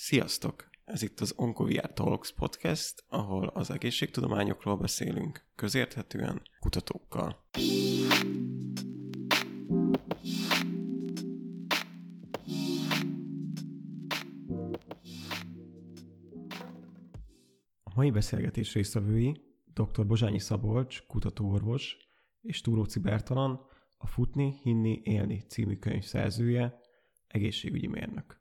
Sziasztok! Ez itt az OncoVR Talks podcast, ahol az egészségtudományokról beszélünk, közérthetően, kutatókkal. A mai beszélgetés résztvevői dr. Bozsányi Szabolcs, kutatóorvos, és Túróczi Bertalan, a Futni, Hinni, Élni című könyv szerzője, egészségügyi mérnök.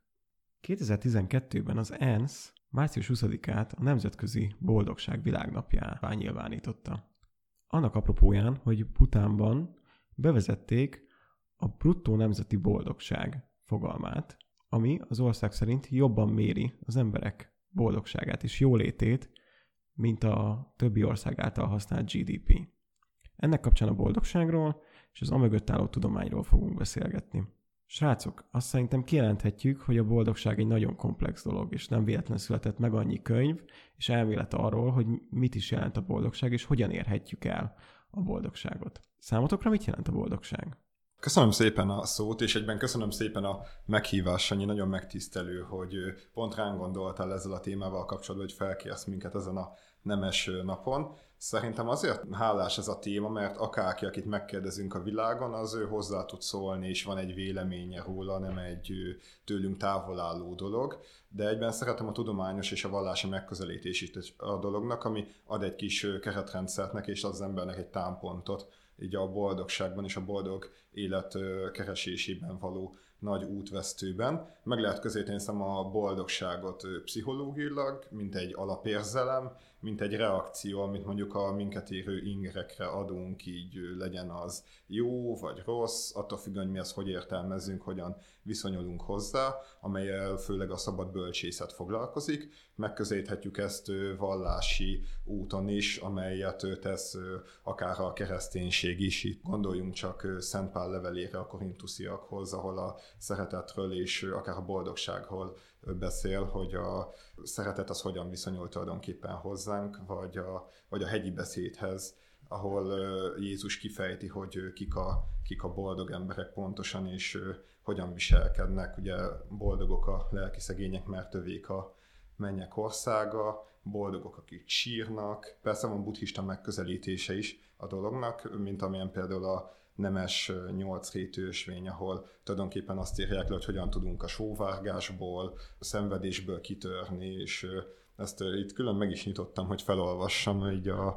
2012-ben az ENSZ március 20-át a Nemzetközi Boldogság Világnapjává nyilvánította. Annak apropóján, hogy Bhutánban bevezették a bruttó nemzeti boldogság fogalmát, ami az ország szerint jobban méri az emberek boldogságát és jólétét, mint a többi ország által használt GDP. Ennek kapcsán a boldogságról és az amögött álló tudományról fogunk beszélgetni. Srácok, azt szerintem kijelenthetjük, hogy a boldogság egy nagyon komplex dolog, és nem véletlenül született meg annyi könyv és elmélet arról, hogy mit is jelent a boldogság, és hogyan érhetjük el a boldogságot. Számotokra mit jelent a boldogság? Köszönöm szépen a szót, és egyben köszönöm szépen a meghívást, Sanyi, nagyon megtisztelő, hogy pont ránk gondoltál ezzel a témával kapcsolatban, hogy felkérsz minket ezen a nemes napon. Szerintem azért hálás ez a téma, mert akárki, akit megkérdezünk a világon, az ő hozzá tud szólni, és van egy véleménye róla, nem egy tőlünk távol álló dolog, de egyben szeretem a tudományos és a vallási megközelítését a dolognak, ami ad egy kis keretrendszert és az embernek egy támpontot, így a boldogságban és a boldog élet keresésében való nagy útvesztőben. Meg lehet közelíteni a boldogságot pszichológiailag, mint egy alapérzelem, mint egy reakció, amit mondjuk a minket érő ingerekre adunk, így legyen az jó vagy rossz, attól függően, hogy mi ezt hogy értelmezünk, hogyan viszonyulunk hozzá, amellyel főleg a szabad bölcsészet foglalkozik. Megközelíthetjük ezt vallási úton is, amelyet tesz akár a kereszténység is. Itt gondoljunk csak Szent Pál levelére a korintusziakhoz, ahol a szeretetről és akár a boldogságról beszél, hogy a szeretet az hogyan viszonyul tulajdonképpen hozzánk, vagy a hegyi beszédhez, ahol Jézus kifejti, hogy kik a boldog emberek pontosan, és hogyan viselkednek. Ugye boldogok a lelki szegények, mert övék a mennyek országa, boldogok, akik sírnak. Persze van buddhista megközelítése is a dolognak, mint amilyen például a nemes 8 rétű ösvény, ahol tulajdonképpen azt írják le, hogy hogyan tudunk a sóvárgásból, a szenvedésből kitörni, és ezt itt külön meg is nyitottam, hogy felolvassam, így a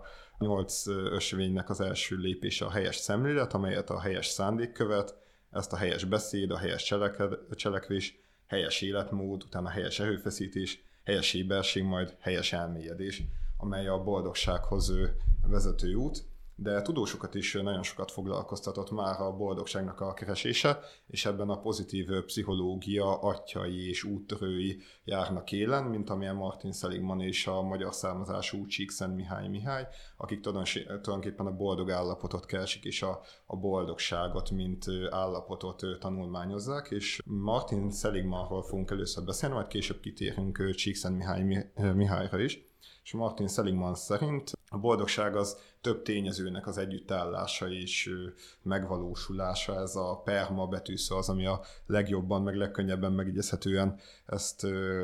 8 ösvénynek az első lépése a helyes szemlélet, amelyet a helyes szándék követ, ezt a helyes beszéd, a helyes cselekvés, helyes életmód, utána helyes erőfeszítés, helyes éberség, majd helyes elmélyedés, amely a boldogsághoz vezető út. De tudósokat is nagyon sokat foglalkoztatott már a boldogságnak a keresése, és ebben a pozitív pszichológia atyai és úttörői járnak élen, mint amilyen Martin Seligman és a magyar származású Csíkszentmihalyi, akik tulajdonképpen a boldog állapotot keresik, és a boldogságot, mint állapotot tanulmányozzák, és Martin Seligmanról fogunk először beszélni, majd később kitérünk Csíkszentmihalyira is. És Martin Seligman szerint a boldogság az több tényezőnek az együttállása és megvalósulása. Ez a perma betűszó az, ami a legjobban, meg legkönnyebben megegyezhetően ezt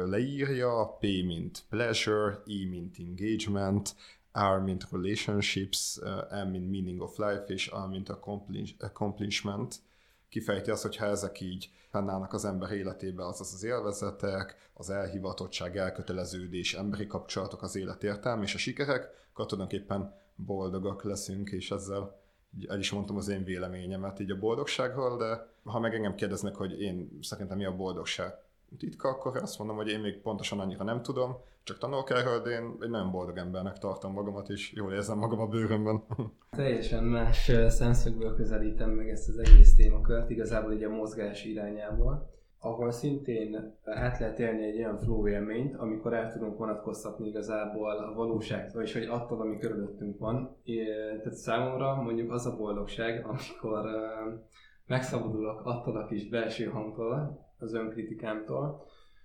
leírja. P mint pleasure, E mint engagement, R mint relationships, M mint meaning of life, és A mint accomplishment. Kifejti azt, hogy ha ezek így fennállnak az ember életében, azaz az élvezetek, az elhivatottság, elköteleződés, emberi kapcsolatok, az életértelme és a sikerek, akkor tulajdonképpen boldogak leszünk, és ezzel el is mondtam az én véleményemet így a boldogságról, de ha meg engem kérdeznek, hogy én szerintem mi a boldogság titka, akkor azt mondom, hogy én még pontosan annyira nem tudom, csak tanulok erről, de én egy nagyon boldog embernek tartom magamat, és jól érzem magam a bőrömben. Teljesen más szemszögből közelítem meg ezt az egész témakört, igazából így a mozgás irányából, ahol szintén át lehet élni egy olyan flow élményt, amikor el tudunk vonatkoztatni igazából a valóságtól, és hogy attól, ami körülöttünk van. Tehát számomra mondjuk az a boldogság, amikor megszabadulok attól a kis belső hangtól, az önkritikámtól,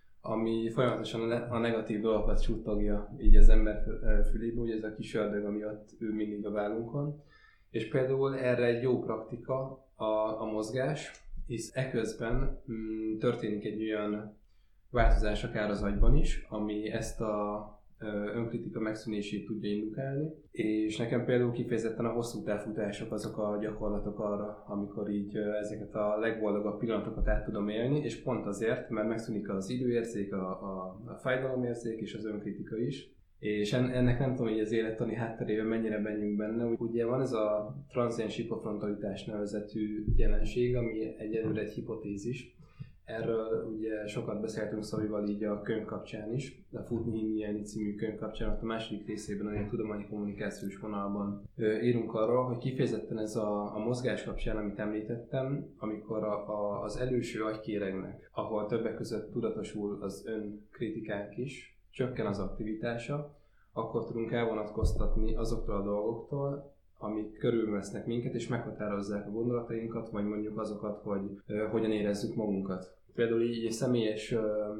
ami folyamatosan a negatív dolgokat suttogja így az ember fülébe, ugye ez a kis ördög, ami ott ő mindig a vállunkon. És például erre egy jó praktika a mozgás, hisz eközben történik egy olyan változás akár az agyban is, ami ezt a önkritika megszűnését tudja indukálni, és nekem például kifejezetten a hosszú távfutások azok a gyakorlatok arra, amikor így ezeket a legboldogabb pillanatokat át tudom élni, és pont azért, mert megszűnik az időérzék, a fájdalomérzék és az önkritika is, és ennek nem tudom, hogy az élettani hátterében mennyire menjünk benne. Ugye van ez a tranziens hipofrontalitás nevezetű jelenség, ami egyelőre egy hipotézis. Erről ugye sokat beszéltünk Szabival így a könyv kapcsán is, a Futni, Hinni, Élni című könyv kapcsán, a második részében, a tudományi kommunikációs vonalban írunk arról, hogy kifejezetten ez a mozgás kapcsán, amit említettem, amikor az előső agykéregnek, ahol többek között tudatosul az önkritikánk is, csökken az aktivitása, akkor tudunk elvonatkoztatni azoktól a dolgoktól, amik körülvesznek minket, és meghatározzák a gondolatainkat, vagy mondjuk azokat, hogy hogyan érezzük magunkat. Például így személyes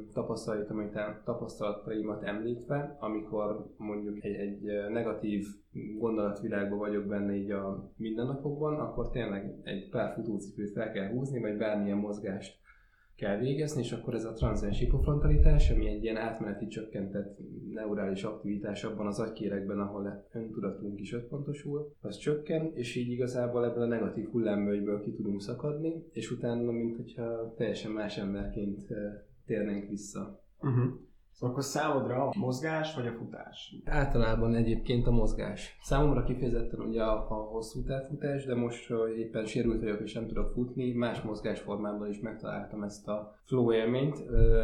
tapasztalataimat említve, amikor mondjuk egy negatív gondolatvilágban vagyok benne így a mindennapokban, akkor tényleg egy pár futócipőt fel kell húzni, vagy bármilyen mozgást kell végezni, és akkor ez a tranziens hipofrontalitás, ami egy ilyen átmeneti csökkentett neurális aktivitás abban az agykéregben, ahol öntudatunk is összpontosul, az csökken, és így igazából ebből a negatív hullámvölgyből ki tudunk szakadni, és utána, mint hogyha teljesen más emberként térnénk vissza. Szóval akkor számodra a mozgás vagy a futás? Általában egyébként a mozgás. Számomra kifejezetten ugye a hosszú távfutás, de most éppen sérült vagyok és nem tudok futni, más mozgásformában is megtaláltam ezt a flow élményt,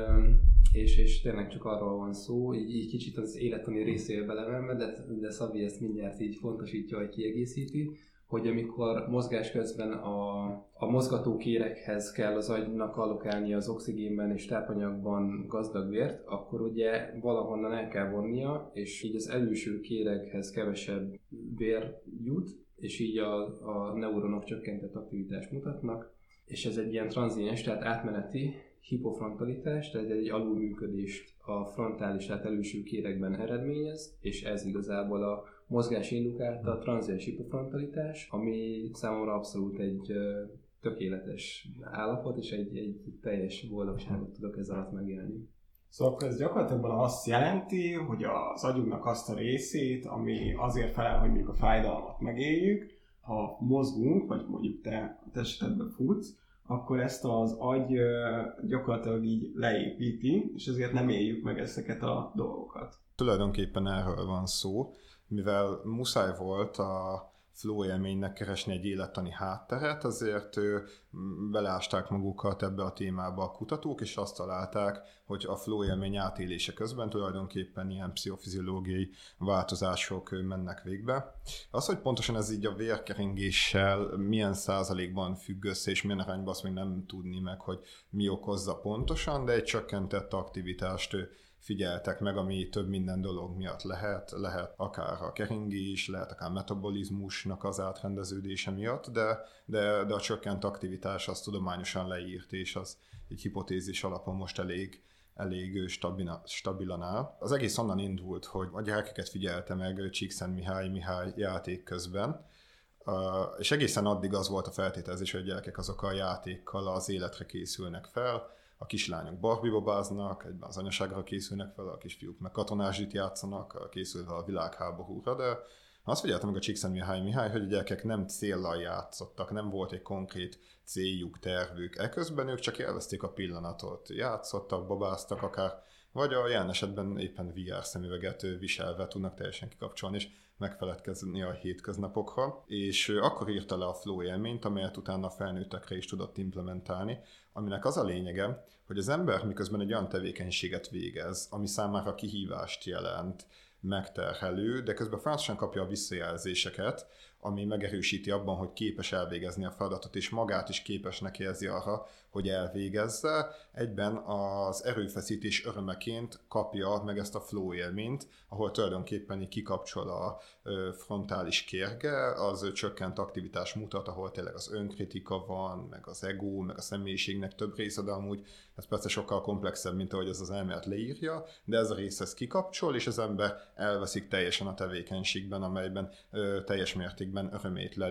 és tényleg csak arról van szó, így kicsit az élettani részébe belemenve, de Szabi ezt mindjárt így fontosítja, hogy kiegészíti, hogy amikor mozgás közben a mozgatókéreghez kell az agynak allokálnia az oxigénben és tápanyagban gazdag vért, akkor ugye valahonnan el kell vonnia, és így az előső kéreghez kevesebb vér jut, és így a neuronok csökkentett aktivitást mutatnak, és ez egy ilyen tranziens, tehát átmeneti hipofrontalitás, tehát egy alulműködést a frontális, tehát előső kéregben eredményez, és ez igazából a mozgás indukálta a tranziens hipofrontalitás, ami számomra abszolút egy tökéletes állapot, és egy teljes boldogságot tudok ez alatt megélni. Szóval akkor ez gyakorlatilag azt jelenti, hogy az agyunknak azt a részét, ami azért felel, hogy mondjuk a fájdalmat megéljük, ha mozgunk, vagy mondjuk te a esetedben futsz, akkor ezt az agy gyakorlatilag így leépíti, és ezért nem éljük meg ezeket a dolgokat. Tulajdonképpen erről van szó, mivel muszáj volt a flow élménynek keresni egy élettani hátteret, azért beleásták magukat ebbe a témába a kutatók, és azt találták, hogy a flow élmény átélése közben tulajdonképpen ilyen pszichofiziológiai változások mennek végbe. Az, hogy pontosan ez így a vérkeringéssel milyen százalékban függ össze, és milyen arányban, azt még nem tudni meg, hogy mi okozza pontosan, de egy csökkentett aktivitást figyeltek meg, ami több minden dolog miatt lehet akár a keringés, lehet akár metabolizmusnak az átrendeződése miatt, de a csökkent aktivitás az tudományosan leírt, és az egy hipotézis alapon most elég stabilan áll. Az egész onnan indult, hogy a gyerekeket figyelte meg Csíkszentmihalyi játék közben, és egészen addig az volt a feltételezés, hogy a gyerekek azok a játékkal az életre készülnek fel. A kislányok barbibabáznak, egyben az anyaságra készülnek fel, a kisfiúk meg katonázsit játszanak, készülve a világháborúra, de azt figyeltem meg a Csíkszentmihalyi, hogy a gyerekek nem céllal játszottak, nem volt egy konkrét céljuk, tervük. Eközben ők csak élvezték a pillanatot, játszottak, babáztak akár, vagy a jelen esetben éppen VR szemüveget viselve tudnak teljesen kikapcsolni, és megfeledkezni a hétköznapokra, és akkor írta le a flow élményt, amelyet utána a felnőttekre is tudott implementálni, aminek az a lényege, hogy az ember miközben egy olyan tevékenységet végez, ami számára kihívást jelent, megterhelő, de közben folyamatosan kapja a visszajelzéseket, ami megerősíti abban, hogy képes elvégezni a feladatot, és magát is képesnek érzi arra, hogy elvégezze. Egyben az erőfeszítés örömeként kapja meg ezt a flow élményt, ahol tulajdonképpen kikapcsol a frontális kérge, az csökkent aktivitás mutat, ahol tényleg az önkritika van, meg az ego, meg a személyiségnek több része, de amúgy ez persze sokkal komplexebb, mint ahogy ez az elmélet leírja, de ez a rész ez kikapcsol, és az ember elveszik teljesen a tevékenységben, amelyben teljes mértékben örömét leli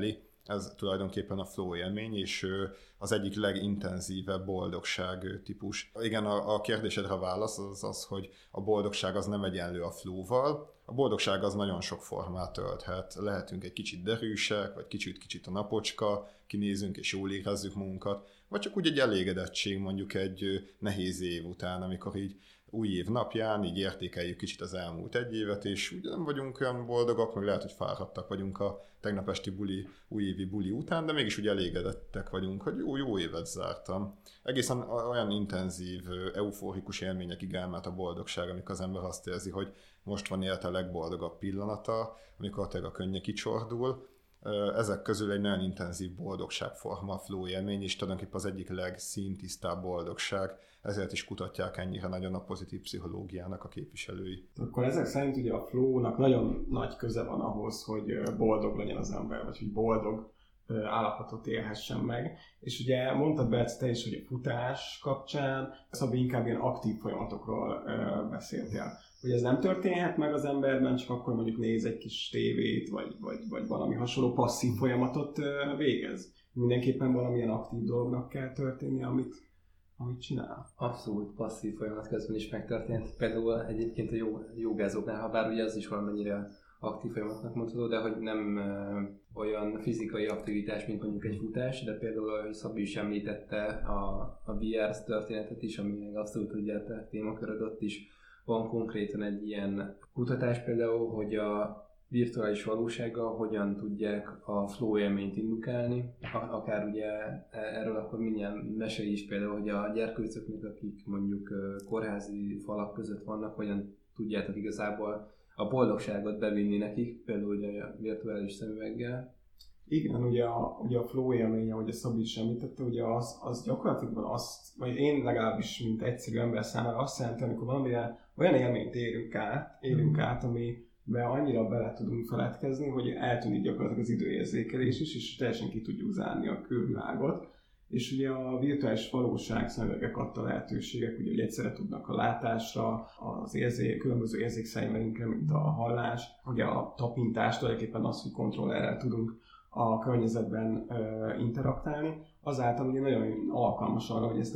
ez tulajdonképpen a flow élmény, és az egyik legintenzívebb boldogság típus. Igen, a kérdésedre a válasz az, hogy a boldogság az nem egyenlő a flow-val. A boldogság az nagyon sok formát ölthet. Lehetünk egy kicsit derűsek, vagy kicsit a napocska, kinézünk és jól érezzük magunkat, vagy csak úgy egy elégedettség mondjuk egy nehéz év után, amikor így új év napján így értékeljük kicsit az elmúlt egy évet, és ugye nem vagyunk olyan boldogak, meg lehet, hogy fáradtak vagyunk a tegnap esti újévi buli után, de mégis ugye elégedettek vagyunk, hogy jó évet zártam. Egészen olyan intenzív, euforikus élményekig elment a boldogság, amikor az ember azt érzi, hogy most van élete a legboldogabb pillanata, amikor tényleg a könnye kicsordul. Ezek közül egy nagyon intenzív boldogságforma, a flow élmény, és tulajdonképpen az egyik legszíntisztább boldogság, ezért is kutatják ennyire nagyon a pozitív pszichológiának a képviselői. Akkor ezek szerint ugye a flow-nak nagyon nagy köze van ahhoz, hogy boldog legyen az ember, vagy hogy boldog állapotot élhessen meg. És ugye mondtad Berci te is, hogy a futás kapcsán, Szabi, inkább ilyen aktív folyamatokról beszéltél. Hogy ez nem történhet meg az emberben, csak akkor mondjuk néz egy kis tévét, vagy valami hasonló passzív folyamatot végez. Mindenképpen valamilyen aktív dolognak kell történnie, amit csinál. Abszolút passzív folyamat közben is megtörtént. Például egyébként a jogázóknál, ha bár ugye az is valamennyire aktív folyamatnak mondható, de hogy nem olyan fizikai aktivitás, mint mondjuk egy futás, de például, ahogy Szabi is említette, a VR történetet is, ami meg abszolút ugye a témaköröd, ott is van konkrétan egy ilyen kutatás például, hogy a virtuális valósággal hogyan tudják a flow élményt indukálni. Akár ugye erről akkor mindjárt mesélj is például, hogy a gyerkőcöknek, akik mondjuk kórházi falak között vannak, hogyan tudjátok igazából a boldogságot bevinni nekik, például ugye a virtuális szemüveggel. Igen, ugye a flow élménye, ahogy a Szabi is említette, ugye az gyakorlatilag azt, vagy én legalábbis, mint egyszerű ember számára azt jelenti, amikor valamilyen olyan élményt élünk át, amiben annyira bele tudunk feledkezni, hogy eltűnik gyakorlatilag az időérzékelés is, és teljesen ki tudjuk zárni a külvilágot. És ugye a virtuális valóság szemüvegek adta lehetőségek, ugye, hogy egyszerre tudnak a látásra, különböző érzékszerveinkre, mint a hallás, ugye a tapintás, tulajdonképpen az, hogy kontrollerrel tudunk a környezetben interaktálni, azáltal ugye nagyon alkalmas arra, hogy ezt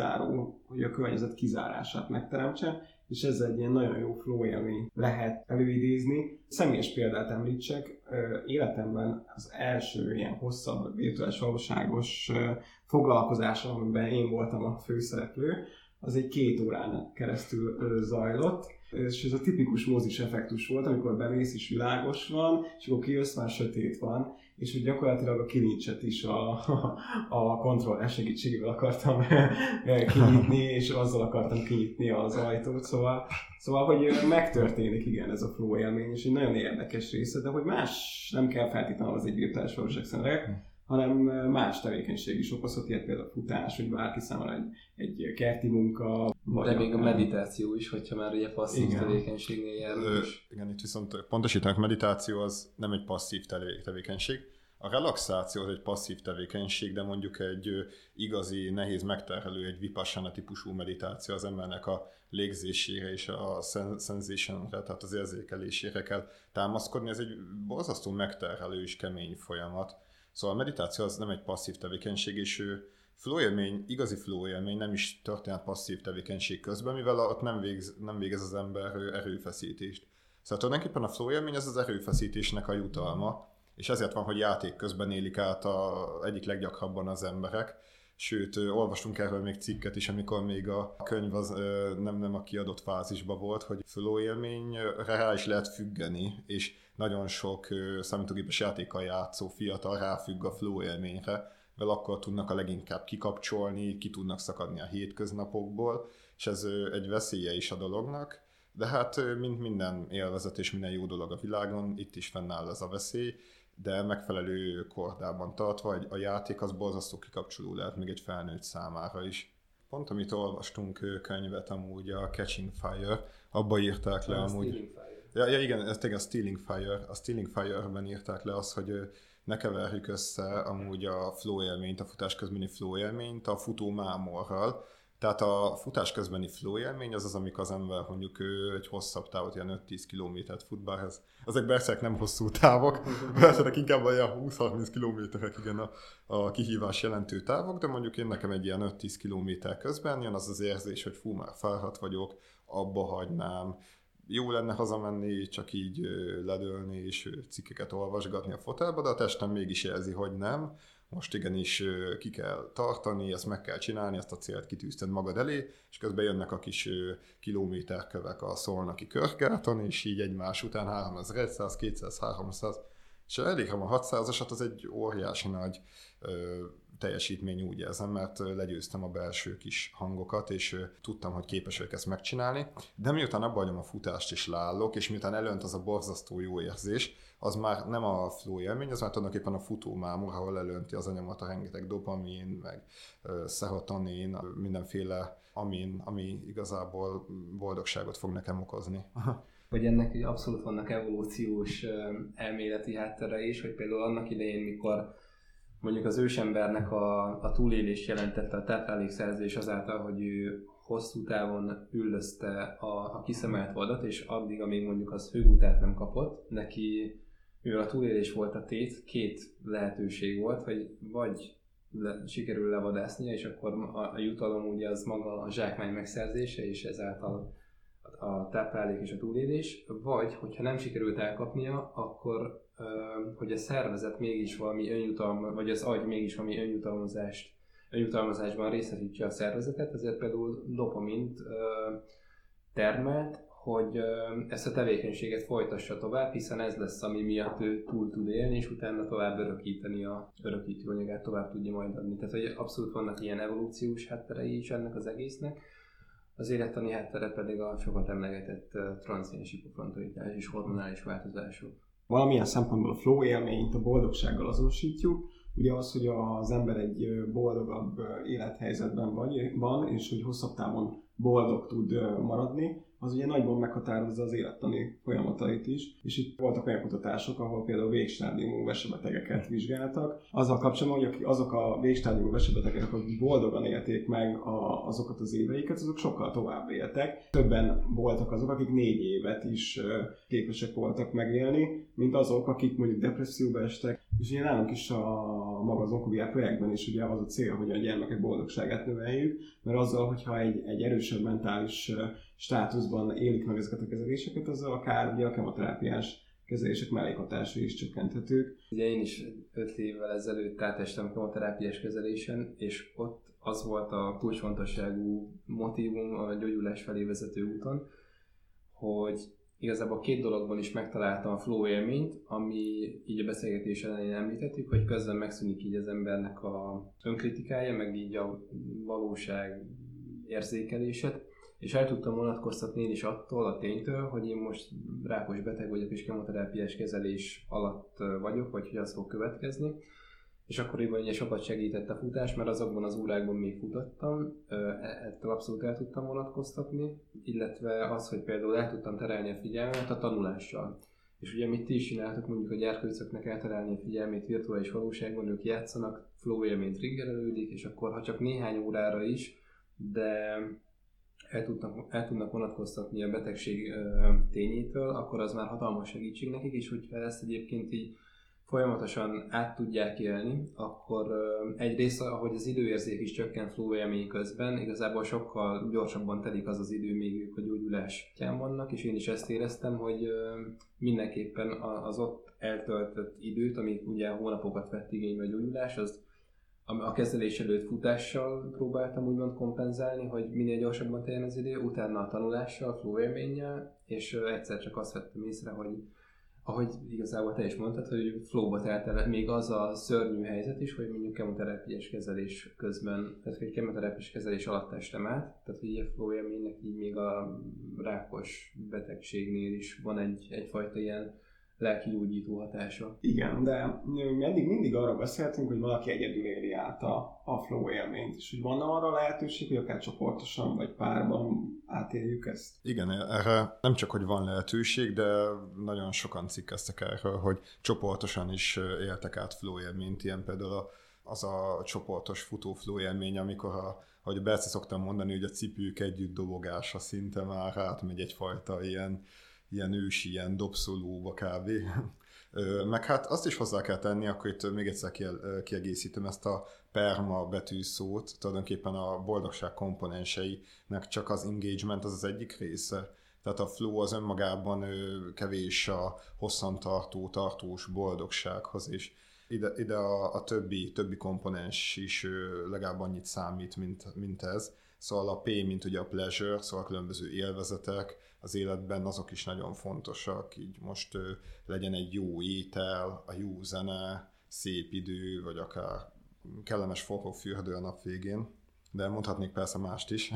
hogy a környezet kizárását megteremtse, és ez egy ilyen nagyon jó flow élmény lehet előidézni. Személyes példát említsek, életemben az első ilyen hosszabb virtuális valóságos foglalkozásom, amiben én voltam a főszereplő, az egy 2 órán keresztül zajlott, és ez a tipikus mozis effektus volt, amikor bemész és világos van, és akkor kijössz, már sötét van, és hogy gyakorlatilag a kilincset is a kontroller segítségével akartam kinyitni, és azzal akartam kinyitni az ajtót, szóval hogy megtörténik igen ez a flow élmény, és egy nagyon érdekes része, de hogy más nem kell feltétlenül az egy virtuális valóságszerűek, hanem más tevékenység is okozhat, ilyet például a futás, hogy bárki számára egy kerti munka. De még a meditáció is, hogyha már ugye passzív tevékenységnél járunk is. Igen, itt viszont pontosítanak, meditáció az nem egy passzív tevékenység. A relaxáció az egy passzív tevékenység, de mondjuk egy igazi, nehéz megterhelő, egy vipassana típusú meditáció az embernek a légzésére és a sensationre, tehát az érzékelésére kell támaszkodni. Ez egy borzasztó megterhelő és kemény folyamat. Szóval a meditáció az nem egy passzív tevékenység, és flow élmény, igazi flow élmény nem is történhet passzív tevékenység közben, mivel ott nem végez az ember erőfeszítést. Szóval tulajdonképpen a flow élmény az erőfeszítésnek a jutalma, és ezért van, hogy játék közben élik át egyik leggyakrabban az emberek. Sőt, olvastunk erről még cikket is, amikor még a könyv az nem a kiadott fázisban volt, hogy flow élményre rá is lehet függeni, és nagyon sok számítógépes játékkal játszó fiatal ráfügg a flow élményre, mert akkor tudnak a leginkább kikapcsolni, ki tudnak szakadni a hétköznapokból, és ez egy veszélye is a dolognak. De hát, mint minden élvezet és minden jó dolog a világon, itt is fennáll ez a veszély, de megfelelő kordában tartva, a játék az borzasztó kikapcsoló lehet még egy felnőtt számára is. Pont amit olvastunk könyvet amúgy, a Catching Fire, abba írták le amúgy. Ja, igen, ez tényleg a Stealing Fire. A Stealing Fire-ben írták le azt, hogy ne keverjük össze amúgy a flow élményt, a futás közbeni flow élményt a futó mámorral, Tehát a futás közbeni flow élmény az, amikor az ember mondjuk egy hosszabb távot, ilyen 5-10 kilométert fut, bár ezek persze nem hosszú távok, persze inkább olyan 20-30 kilométerek, igen, a kihívás jelentő távok, de mondjuk én nekem egy ilyen 5-10 kilométer közben jön az érzés, hogy fú, már fáradt vagyok, abba hagynám, jó lenne hazamenni, csak így ledőlni és cikkeket olvasgatni a fotelba, de a testem mégis érzi, hogy nem. Most igenis ki kell tartani, ezt meg kell csinálni, ezt a célt kitűzted magad elé, és közben jönnek a kis kilométerkövek a Szolnoki körgáton, és így egymás után 3100, 200, 300, és elég ha van 600-asat, az egy óriási nagy teljesítmény, úgy érzem, mert legyőztem a belső kis hangokat, és tudtam, hogy képes vagyok ezt megcsinálni. De miután abba hagyom a futást és leállok, és miután elönt az a borzasztó jó érzés, az már nem a flow élmény, az már tulajdonképpen a futómámor, ahol elönti az anyamat a rengeteg dopamin, meg szerotonin, mindenféle amin, ami igazából boldogságot fog nekem okozni. Hogy ennek abszolút vannak evolúciós elméleti háttere is, hogy például annak idején, mikor mondjuk az ősembernek a túlélés jelentette a táplálékszerzés azáltal, hogy ő hosszú távon üldözte a kiszemelt vadat, és addig, amíg mondjuk az főgutát nem kapott, neki, mivel a túlélés volt a tét, két lehetőség volt, hogy vagy sikerül levadásznia, és akkor a jutalom ugye az maga a zsákmány megszerzése, és ezáltal a táplálék és a túlélés, vagy hogyha nem sikerült elkapnia, akkor hogy a szervezet mégis valami vagy az agy mégis valami önjutalmazásban részesítse a szervezetet, ezért például dopamint termelt, hogy ezt a tevékenységet folytassa tovább, hiszen ez lesz, ami miatt ő túl tud élni, és utána tovább örökíteni a örökítőanyagát, tovább tudja majd adni. Tehát hogy abszolút vannak ilyen evolúciós hátterei is ennek az egésznek. Az élettani háttere pedig a sokat emlegetett tranziens hipofrontalitás és hormonális változások. Valamilyen szempontból a flow élményt a boldogsággal azonosítjuk. Ugye az, hogy az ember egy boldogabb élethelyzetben van, és hogy hosszabb távon boldog tud maradni, az ugye nagyban meghatározza az élettani folyamatait is, és itt voltak olyan kutatások, ahol például végstádiumú vesebetegeket vizsgáltak. Azzal kapcsolatban, hogy azok a végstádiumú vesebetegek, akik boldogan élték meg azokat az éveiket, azok sokkal tovább éltek. Többen voltak azok, akik 4 évet is képesek voltak megélni, mint azok, akik mondjuk depresszióba estek. És ugye nálunk is maga az Onkoviá projektben is ugye az a cél, hogy a gyermekek boldogságát növeljük, mert azzal, hogyha egy erősebb mentális státuszban élik meg ezeket a kezeléseket, azzal akár ugye a kemoterápiás kezelések mellékhatásai is csökkenthetők. Ugye én is 5 évvel ezelőtt átestem kemoterápiás kezelésen, és ott az volt a kulcsfontosságú motívum a gyógyulás felé vezető úton, hogy igazából 2 dologban is megtaláltam a flow élményt, ami így a beszélgetés elején említettük, hogy közben megszűnik így az embernek a önkritikája, meg így a valóság érzékelését, és el tudtam vonatkoztatni én is attól a ténytől, hogy én most rákos beteg vagyok és kemoterápiás kezelés alatt vagyok, vagy hogy az fog következni. És akkoriban ugye sokat segített a futás, mert azokban az órákban még futottam, ettől abszolút el tudtam vonatkoztatni, illetve az, hogy például el tudtam terelni a figyelmet a tanulással. És ugye amit ti is csináltok, mondjuk a gyerkőcöknek elterelni a figyelmét virtuális valóságban, ők játszanak, flow élmény triggerelődik, és akkor ha csak néhány órára is, de el tudnak vonatkoztatni a betegség tényétől, akkor az már hatalmas segítség nekik, és hogyha ezt egyébként így folyamatosan át tudják élni, akkor egyrészt, ahogy az időérzék is csökken flow élmény közben, igazából sokkal gyorsabban telik az az idő, még ők a gyógyulás útján vannak, és én is ezt éreztem, hogy mindenképpen az ott eltöltött időt, amik ugye hónapokat vett igénybe a gyógyulás, az a kezelés előtt futással próbáltam úgymond kompenzálni, hogy minél gyorsabban teljen az idő, utána a tanulással, flow élménnyel, és egyszer csak azt vettem észre, hogy ahogy igazából te is mondtad, hogy flowba telt el még az a szörnyű helyzet is, hogy mondjuk kemoterápiás kezelés közben, tehát hogy kemoterápiás kezelés alatt estem át, tehát hogy a flow élménynek így még a rákos betegségnél is van egyfajta ilyen lelkigyógyító hatása. Igen, de mindig arra beszéltünk, hogy valaki egyedül éli át a flow élményt, és hogy van arra lehetőség, hogy akár csoportosan vagy párban átéljük ezt? Igen, erre nem csak, hogy van lehetőség, de nagyon sokan cikkeztek erről, hogy csoportosan is éltek át flow élményt, ilyen például a az a csoportos futóflow élmény, amikor ahogy Berci szoktam mondani, hogy a cipők együtt dobogása szinte már átmegy egyfajta ilyen ősi, ilyen dobszolóba kb. Meg hát azt is hozzá kell tenni, akkor itt még egyszer kiegészítem ezt a perma betűszót, tulajdonképpen a boldogság komponenseinek csak az engagement az egyik része. Tehát a flow az önmagában kevés a hosszantartó, tartós boldogsághoz, és ide a többi komponens is legalább annyit számít, mint ez. Szóval a P, mint ugye a pleasure, szóval különböző élvezetek az életben, azok is nagyon fontosak, így most legyen egy jó étel, a jó zene, szép idő, vagy akár kellemes forró fürdő a nap végén, de mondhatnék persze mást is.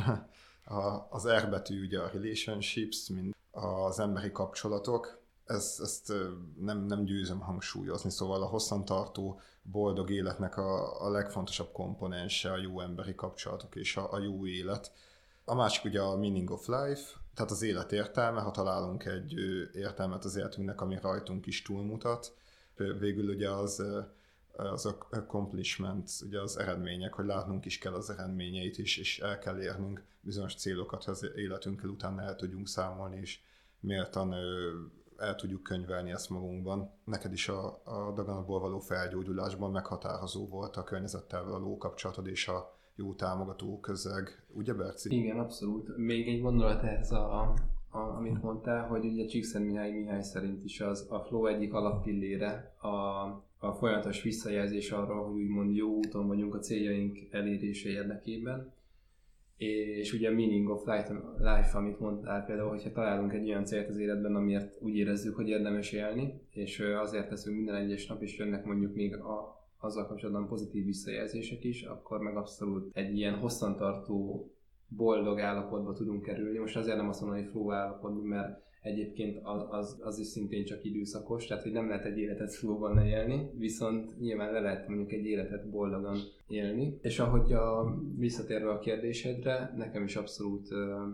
Az R betű ugye a relationships, mint az emberi kapcsolatok, ezt nem győzöm hangsúlyozni, szóval a hosszantartó boldog életnek a legfontosabb komponense a jó emberi kapcsolatok és a jó élet. A másik ugye a meaning of life, tehát az élet értelme, ha találunk egy értelmet az életünknek, ami rajtunk is túlmutat. Végül ugye az accomplishment, ugye az eredmények, hogy látnunk is kell az eredményeit is, és el kell érnünk bizonyos célokat, hogy az életünkkel utána el tudjunk számolni, és méltan el tudjuk könyvelni ezt magunkban. Neked is a daganatból való felgyógyulásban meghatározó volt a környezettel való kapcsolatod és a jó támogató közeg. Ugye, Berci? Igen, abszolút. Még egy gondolat ehhez, amit mondtál, hogy ugye Csíkszentmihalyi szerint is a flow egyik alappillére a folyamatos visszajelzés arra, hogy úgymond jó úton vagyunk a céljaink elérése érdekében. És ugye a meaning of life, amit mondtál például, hogyha találunk egy olyan célt az életben, amiért úgy érezzük, hogy érdemes élni, és azért teszünk minden egyes nap, és jönnek mondjuk még azzal kapcsolatban pozitív visszajelzések is, akkor meg abszolút egy ilyen hosszantartó, boldog állapotba tudunk kerülni. Most azért nem azt mondom, hogy flow állapotban, mert egyébként az is szintén csak időszakos, tehát hogy nem lehet egy életet flowban élni, viszont nyilván le lehet mondjuk egy életet boldogan élni. És ahogy visszatérve a kérdésedre, nekem is abszolút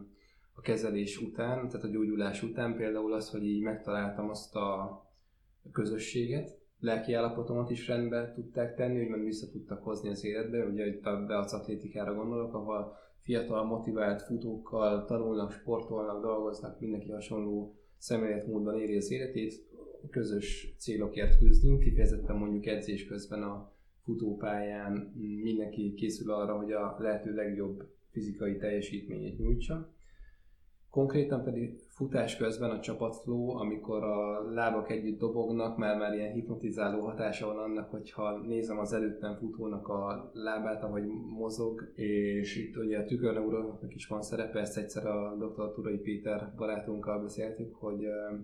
a kezelés után, tehát a gyógyulás után például az, hogy így megtaláltam azt a közösséget, lelki állapotomat is rendbe tudták tenni, úgymond vissza tudtak hozni az életbe, ugye a Beac atlétikára gondolok, ahol fiatal, motivált futókkal tanulnak, sportolnak, dolgoznak, mindenki hasonló szemléletmódban éri az életét, közös célokért küzdünk, kifejezetten mondjuk edzés közben a futópályán mindenki készül arra, hogy a lehető legjobb fizikai teljesítményét nyújtsa. Konkrétan pedig futás közben a csapatflow, amikor a lábak együtt dobognak, már ilyen hipnotizáló hatása van annak, hogyha nézem az előttem futónak a lábát, ahogy mozog, és itt ugye a tükörneuronoknak is van szerepe, ezt egyszer a dr. Turai Péter barátunkkal beszéltük, hogy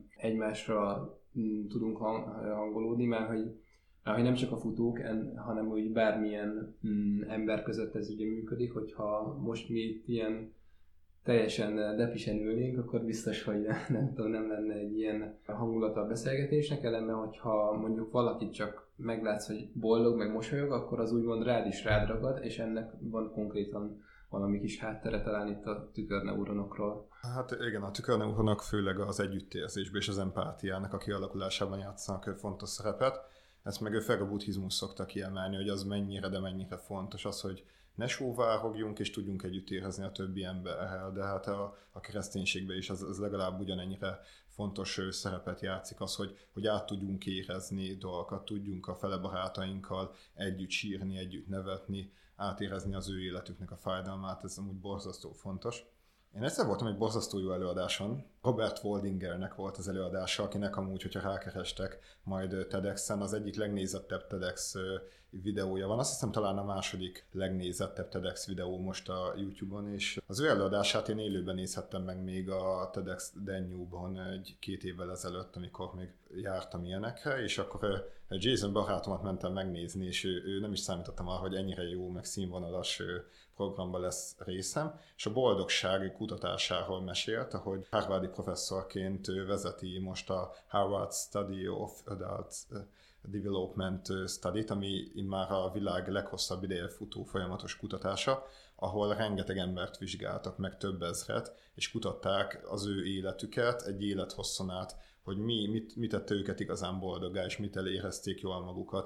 egymásra tudunk hangolódni, mert hogy nem csak a futók, hanem úgy bármilyen ember között ez ugye működik, hogyha most mi itt ilyen teljesen depisen ülnénk, akkor biztos, hogy nem lenne egy ilyen hangulata a beszélgetésnek, ellenben, hogyha mondjuk valakit csak meglátsz, hogy boldog, meg mosolyog, akkor az úgymond rád is rád ragad, és ennek van konkrétan valami kis háttere talán itt a tükörneuronokról. Hát igen, a tükörneuronok főleg az együttérzésben és az empátiának a kialakulásában játszanak fontos szerepet. Ezt meg főleg a buddhizmus szokta kiemelni, hogy az mennyire fontos az, hogy ne sóvárogjunk és tudjunk együtt érezni a többi emberrel, de hát a kereszténységben is az legalább ugyanennyire fontos szerepet játszik az, hogy át tudjunk érezni dolgokat, tudjunk a fele barátainkkal együtt sírni, együtt nevetni, átérezni az ő életüknek a fájdalmát, ez amúgy borzasztó fontos. Én egyszer voltam egy borzasztó jó előadáson, Robert Waldingernek volt az előadása, akinek amúgy, hogyha rákerestek majd TEDx-en, az egyik legnézettebb TEDx videója van. Azt hiszem talán a második legnézettebb TEDx videó most a YouTube-on, és az ő előadását én élőben nézhettem meg még a TEDx Danube-on 2 évvel ezelőtt, amikor még jártam ilyenekre, és akkor Jason barátomat mentem megnézni, és ő nem is számítottam arra, hogy ennyire jó, meg színvonalas programban lesz részem, és a boldogság kutatásáról mesélt, ahogy harvardi professzorként vezeti most a Harvard Study of Adult Development Study-t, ami már a világ leghosszabb ideje futó folyamatos kutatása, ahol rengeteg embert vizsgáltak, meg több ezret, és kutatták az ő életüket egy élethosszon át, hogy mi tette őket igazán boldoggá, és mit elérezték jól magukat.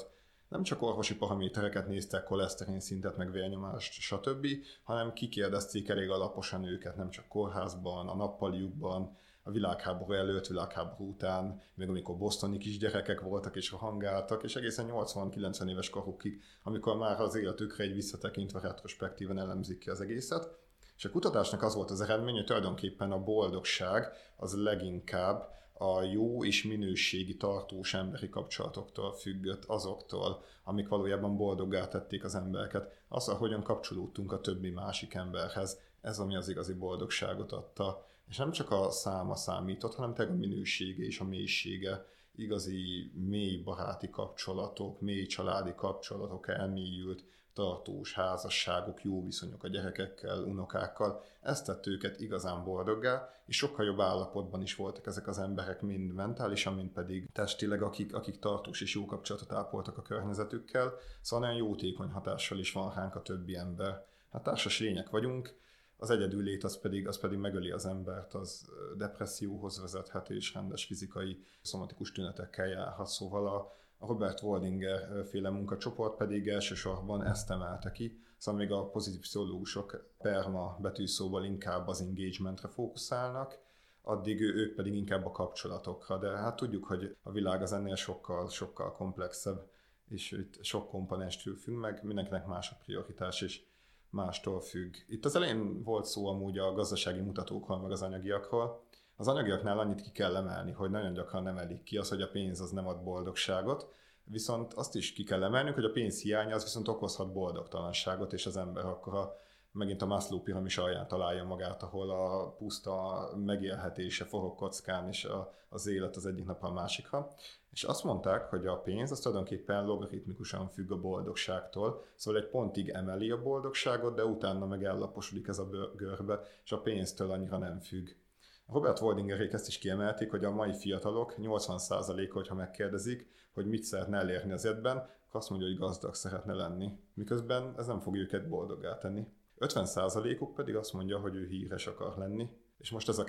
nem csak orvosi paramétereket néztek, koleszterin szintet, meg vérnyomást, stb., hanem kikérdezték elég alaposan őket, nem csak kórházban, a nappaliukban, a világháború előtt, világháború után, még amikor bostoni kisgyerekek voltak és rohangáltak, és egészen 80-90 éves korukig, amikor már az életükre egy visszatekintve retrospektíven elemzik ki az egészet. És a kutatásnak az volt az eredmény, hogy tulajdonképpen a boldogság az leginkább a jó és minőségi tartós emberi kapcsolatoktól függött, azoktól, amik valójában boldoggá tették az embereket. Az, ahogyan kapcsolódtunk a többi másik emberhez, ez ami az igazi boldogságot adta. És nem csak a száma számított, hanem tényleg a minősége és a mélysége. Igazi mély baráti kapcsolatok, mély családi kapcsolatok, elmélyült, tartós házasságok, jó viszonyok a gyerekekkel, unokákkal. Ez tett őket igazán boldoggá, és sokkal jobb állapotban is voltak ezek az emberek, mind mentálisan, mind pedig testileg, akik tartós és jó kapcsolatot ápoltak a környezetükkel. Szóval nagyon jótékony hatással is van ránk a többi ember. Hát társas lények vagyunk, az egyedüllét az pedig megöli az embert, az depresszióhoz vezethet, és rendes fizikai, szomatikus tünetekkel járhat. Szóval a Robert Waldinger féle munkacsoport pedig elsősorban ezt emelte ki, szóval még a pozitív pszichológusok PERMA betűszóval inkább az engagementre fókuszálnak, addig ők pedig inkább a kapcsolatokra, de hát tudjuk, hogy a világ az ennél sokkal komplexebb, és itt sok komponenstől függ meg, mindenkinek más a prioritás, és mástól függ. Itt az elején volt szó amúgy a gazdasági mutatókról, meg az anyagiakról. Az anyagiaknál annyit ki kell emelni, hogy nagyon gyakran nem elik ki az, hogy a pénz az nem ad boldogságot, viszont azt is ki kell emelnünk, hogy a pénz hiánya az viszont okozhat boldogtalanságot, és az ember akkor megint a Maslow piramis alján találja magát, ahol a puszta megélhetése forog kockán, és az élet az egyik napra a másikra. És azt mondták, hogy a pénz az tulajdonképpen logaritmikusan függ a boldogságtól, szóval egy pontig emeli a boldogságot, de utána meg ellaposodik ez a görbe, és a pénztől annyira nem függ. Robert Waldingerék ezt is kiemelték, hogy a mai fiatalok 80%-a, hogyha megkérdezik, hogy mit szeretne elérni az életben, akkor azt mondja, hogy gazdag szeretne lenni. Miközben ez nem fog őket boldoggá tenni. 50%-uk pedig azt mondja, hogy ő híres akar lenni, és most ez a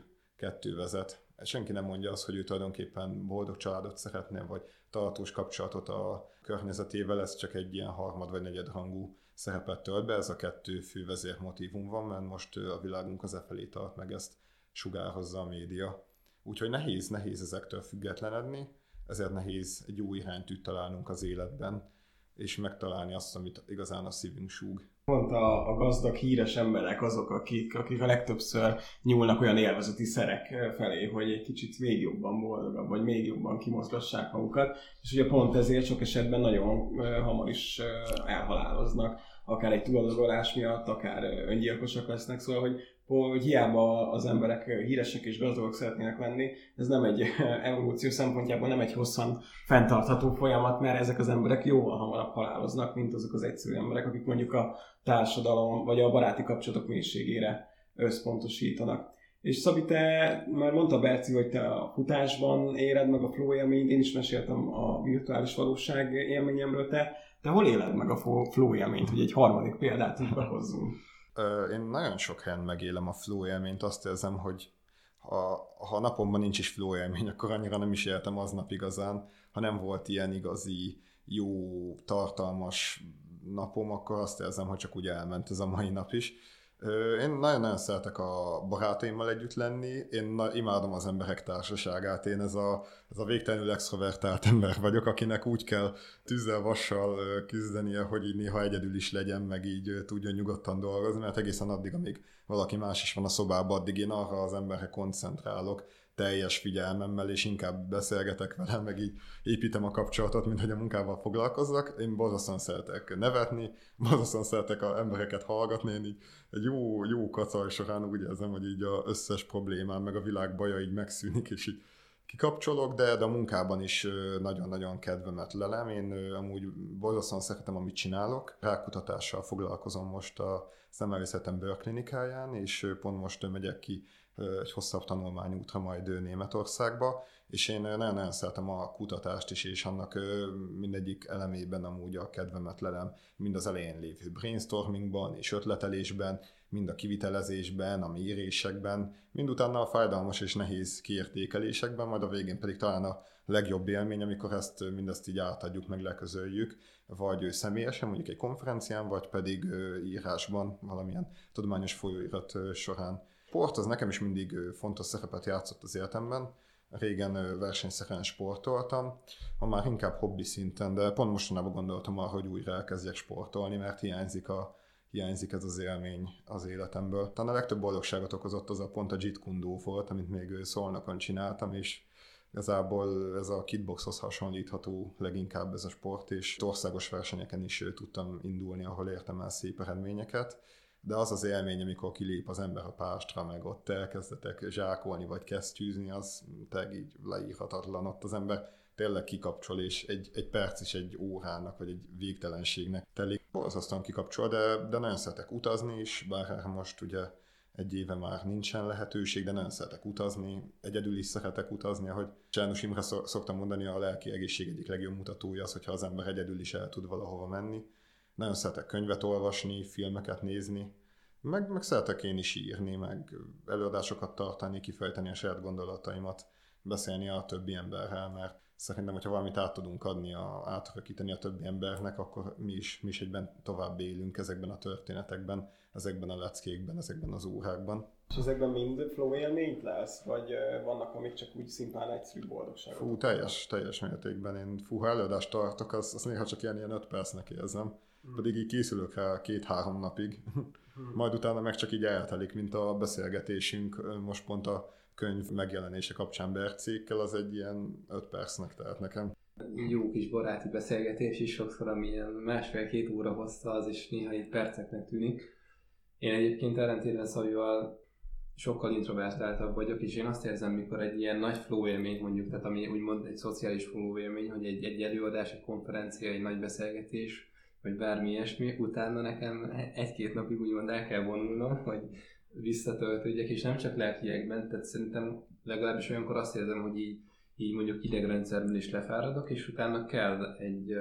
kettő vezet. Senki nem mondja azt, hogy ő tulajdonképpen boldog családot szeretne, vagy tartós kapcsolatot a környezetével, ez csak egy ilyen harmad vagy negyedrangú szerepet tölt be, ez a kettő fő vezérmotívum van, mert most a világunk az felé tart, meg ezt sugározza a média. Úgyhogy nehéz ezektől függetlenedni, ezért nehéz egy jó iránytűt találnunk az életben, és megtalálni azt, amit igazán a szívünk súg. Pont a gazdag, híres emberek azok, akik a legtöbbször nyúlnak olyan élvezeti szerek felé, hogy egy kicsit még jobban boldogabb, vagy még jobban kimozgassák magukat, és ugye pont ezért sok esetben nagyon hamar is elhaláloznak, akár egy túladagolás miatt, akár öngyilkosak lesznek, szóval, hogy hiába az emberek híresek és gazdagok szeretnének lenni, ez nem egy evolúció szempontjából nem egy hosszan fenntartható folyamat, mert ezek az emberek jóval hamarabb haláloznak, mint azok az egyszerű emberek, akik mondjuk a társadalom vagy a baráti kapcsolatok mélységére összpontosítanak. És Szabi, te már mondta Berci, hogy te a futásban éred meg a flow élményt, én is meséltem a virtuális valóság élményemről, te hol éled meg a flow élményt, hogy egy harmadik példát így behozzunk? Én nagyon sok helyen megélem a flow élményt, azt érzem, hogy ha a napomban nincs is flow élmény, akkor annyira nem is éltem aznap igazán, ha nem volt ilyen igazi, jó, tartalmas napom, akkor azt érzem, hogy csak úgy elment ez a mai nap is. Én nagyon-nagyon szeretek a barátaimmal együtt lenni, én imádom az emberek társaságát, én ez a végtelenül extrovertált ember vagyok, akinek úgy kell tűzzel, vassal küzdenie, hogy így néha egyedül is legyen, meg így tudjon nyugodtan dolgozni, mert egészen addig, amíg valaki más is van a szobában, addig én arra az emberre koncentrálok teljes figyelmemmel, és inkább beszélgetek vele, meg így építem a kapcsolatot, mint hogy a munkával foglalkozzak. Én borzasztóan szeretek nevetni, borzasztóan szeretek az embereket hallgatni, én így egy jó kacaj során úgy érzem, hogy így az összes problémám, meg a világ baja így megszűnik, és így kikapcsolok, de a munkában is nagyon-nagyon kedvemet lelem. Én amúgy borzasztóan szeretem, amit csinálok. Rákkutatással foglalkozom most a Szemmelvészetem bőrklinikáján, és pont most megyek ki egy hosszabb tanulmányútra majd Németországba, és én nagyon-nagyon szeretem a kutatást is, és annak mindegyik elemében amúgy a kedvemet lelem, mind az elején lévő brainstormingban és ötletelésben, mind a kivitelezésben, a mérésekben, mind utána a fájdalmas és nehéz kiértékelésekben, majd a végén pedig talán a legjobb élmény, amikor mindezt így átadjuk, meg leközöljük, vagy személyesen, mondjuk egy konferencián, vagy pedig írásban, valamilyen tudományos folyóirat során. Sport az nekem is mindig fontos szerepet játszott az életemben. Régen versenyszerűen sportoltam, ma már inkább hobbi szinten, de pont mostanában gondoltam arra, hogy újra elkezdjek sportolni, mert hiányzik ez az élmény az életemből. Talán a legtöbb boldogságot okozott az a pont a Jeet Kune Do volt, amit még Szolnokon csináltam, és igazából ez a kickboxhoz hasonlítható leginkább ez a sport, és országos versenyeken is tudtam indulni, ahol értem el szép eredményeket. De az az élmény, amikor kilép az ember a pástra, meg ott elkezdetek zsákolni, vagy kesztyűzni, az tényleg így leírhatatlan. Ott az ember tényleg kikapcsol, és egy perc is egy órának, vagy egy végtelenségnek telik. Borzasztóan kikapcsol, de nagyon szeretek utazni is, bár most ugye egy éve már nincsen lehetőség, de nagyon szeretek utazni. Egyedül is szeretek utazni, ahogy János Imre szoktam mondani, a lelki egészség egyik legjobb mutatója az, hogyha az ember egyedül is el tud valahova menni. Nagyon szeretek könyvet olvasni, filmeket nézni, meg szeretek én is írni, meg előadásokat tartani, kifejteni a saját gondolataimat, beszélni a többi emberrel, mert szerintem, hogyha valamit át tudunk adni, átörökíteni a többi embernek, akkor mi is egyben tovább élünk ezekben a történetekben, ezekben a leckékben, ezekben az órákban. És ezekben mind flow élményt lesz? Vagy vannak, amik csak úgy szimplán egyszerű boldogságot? Teljes mértékben. Én ha előadást tartok, azt néha csak ilyen 5 percnek érzem. Pedig így készülök rá 2-3 napig. Majd utána meg csak így eltelik, mint a beszélgetésünk most pont a könyv megjelenése kapcsán Bercékkel, az egy ilyen 5 percnek telt nekem. Jó kis baráti beszélgetés is sokszor, ami ilyen 1,5-2 óra hossza, az is néha így perceknek tűnik. Én egyébként ellentétben Szabival sokkal introvertáltabb vagyok, és én azt érzem, mikor egy ilyen nagy flow élmény mondjuk, tehát ami úgymond egy szociális flow élmény, hogy egy előadás, egy konferencia, egy nagy beszélgetés, vagy bármi ilyesmi, utána nekem 1-2 napig úgymond el kell vonulnom, hogy visszatöltődjek, és nem csak lelkiekben, tehát szerintem legalábbis olyankor azt érzem, hogy így mondjuk idegrendszerben is lefáradok, és utána kell egy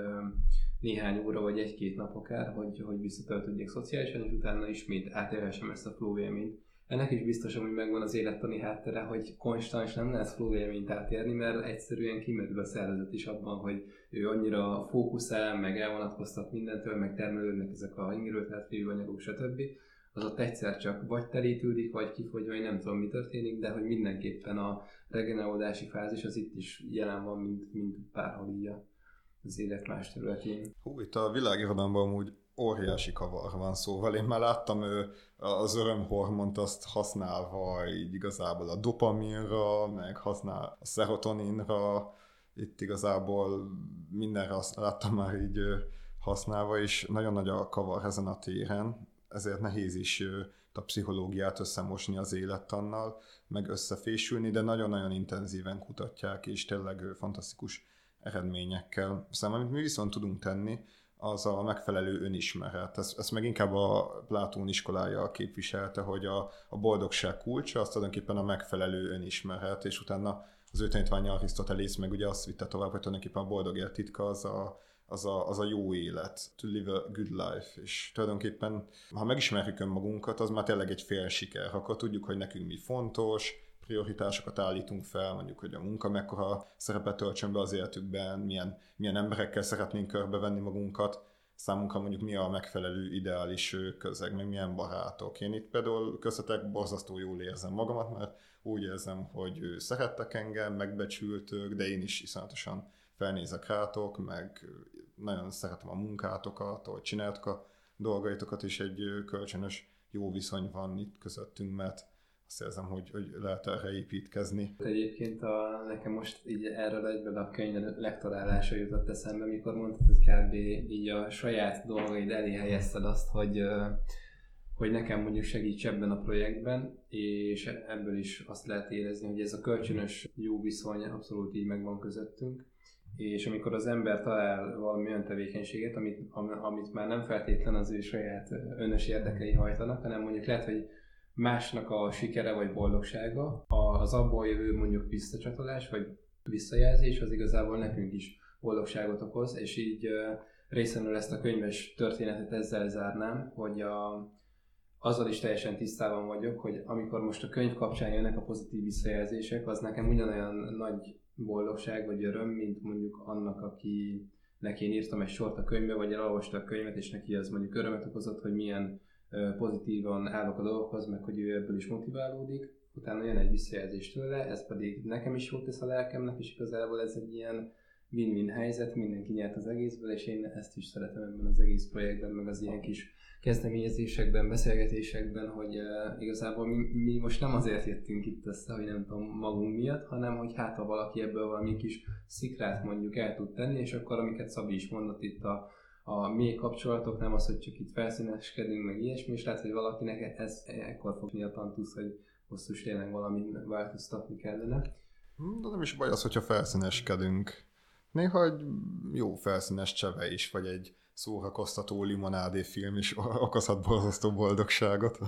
néhány óra vagy 1-2 nap akár, hogy visszatöltődjek szociálisan, és utána ismét átélhessem ezt a flow élményt. Ennek is biztosan, hogy megvan az élettani háttere, hogy konstans nem lehet flow élményt átérni, mert egyszerűen kimerül a szervezet is abban, hogy ő annyira fókuszál, meg elvonatkoztat mindentől, meg termelődnek ezek a ingerültelt anyagok, stb. Az ott egyszer csak vagy terítődik, vagy kifogy, vagy nem tudom mi történik, de hogy mindenképpen a regenerálódási fázis az itt is jelen van, mint bárhol így az élet más területén. Itt a világirodalomban amúgy óriási kavar van, szóval én már láttam az örömhormont azt használva így igazából a dopaminra, meg használ a szerotoninra, itt igazából mindenre azt láttam már így használva, és nagyon nagy a kavar ezen a téren, ezért nehéz is a pszichológiát összemosni az élettannal, meg összefésülni, de nagyon-nagyon intenzíven kutatják, és tényleg fantasztikus eredményekkel. Szóval amit mi viszont tudunk tenni, az a megfelelő önismeret. Ezt meg inkább a Platón iskolája képviselte, hogy a boldogság kulcsa az tulajdonképpen a megfelelő önismeret, és utána az ő tanítványa Arisztotelész meg ugye azt vitte tovább, hogy tulajdonképpen a boldog élet titka az a jó élet, to live a good life, és tulajdonképpen, ha megismerjük önmagunkat, az már tényleg egy fél siker, akkor tudjuk, hogy nekünk mi fontos, prioritásokat állítunk fel, mondjuk, hogy a munka mekkora szerepet töltsön be az életükben, milyen emberekkel szeretnénk körbevenni magunkat, számunkra mondjuk mi a megfelelő ideális közeg, meg milyen barátok. Én itt például köztetek borzasztó jól érzem magamat, mert úgy érzem, hogy szerettek engem, megbecsültök, de én is iszonyatosan felnézek rátok, meg nagyon szeretem a munkátokat, ahogy csináltok a dolgaitokat, és egy kölcsönös jó viszony van itt közöttünk, mert azt érzem, hogy lehet erre építkezni. Egyébként nekem most így erről egyből a könyv lektorálása jutott eszembe, mikor mondtad, hogy kb. Így a saját dolgaid elé helyezted azt, hogy nekem mondjuk segíts ebben a projektben, és ebből is azt lehet érezni, hogy ez a kölcsönös jó viszony abszolút így megvan közöttünk. És amikor az ember talál valami olyan tevékenységet, amit már nem feltétlen az ő saját önös érdekei hajtanak, hanem mondjuk lehet, hogy másnak a sikere vagy boldogsága, az abból jövő mondjuk visszacsatolás vagy visszajelzés, az igazából nekünk is boldogságot okoz, és így részemről ezt a könyves történetet ezzel zárnám, hogy azzal is teljesen tisztában vagyok, hogy amikor most a könyv kapcsán jönnek a pozitív visszajelzések, az nekem ugyanolyan nagy boldogság vagy öröm, mint mondjuk annak, akinek én írtam egy sort a könyvbe, vagy elolvasta a könyvet, és neki az mondjuk örömet okozott, hogy milyen pozitívan állok a dolgokhoz, meg hogy ő ebből is motiválódik. Utána jön egy visszajelzés tőle, ez pedig nekem is jót tesz a lelkemnek, és igazából ez egy ilyen win-win helyzet, mindenki nyert az egészből, és én ezt is szeretem ebben az egész projektben, meg az ilyen kis kezdeményezésekben, beszélgetésekben, hogy igazából mi most nem azért jöttünk itt össze, hogy nem tudom, magunk miatt, hanem hogy hát ha valaki ebből valami kis szikrát mondjuk el tud tenni, és akkor amiket Szabi is mondott itt a mély kapcsolatok, nem az, hogy csak itt felszíneskedünk, meg ilyesmi, és lehet, hogy valakinek ez ekkor fog a tantusz, hogy hosszús tényleg valamin változtatni kellene. De nem is baj az, hogyha felszíneskedünk. Néha egy jó felszínes cseve is, vagy egy szórakoztató limonádé film is okozhat borzasztó boldogságot.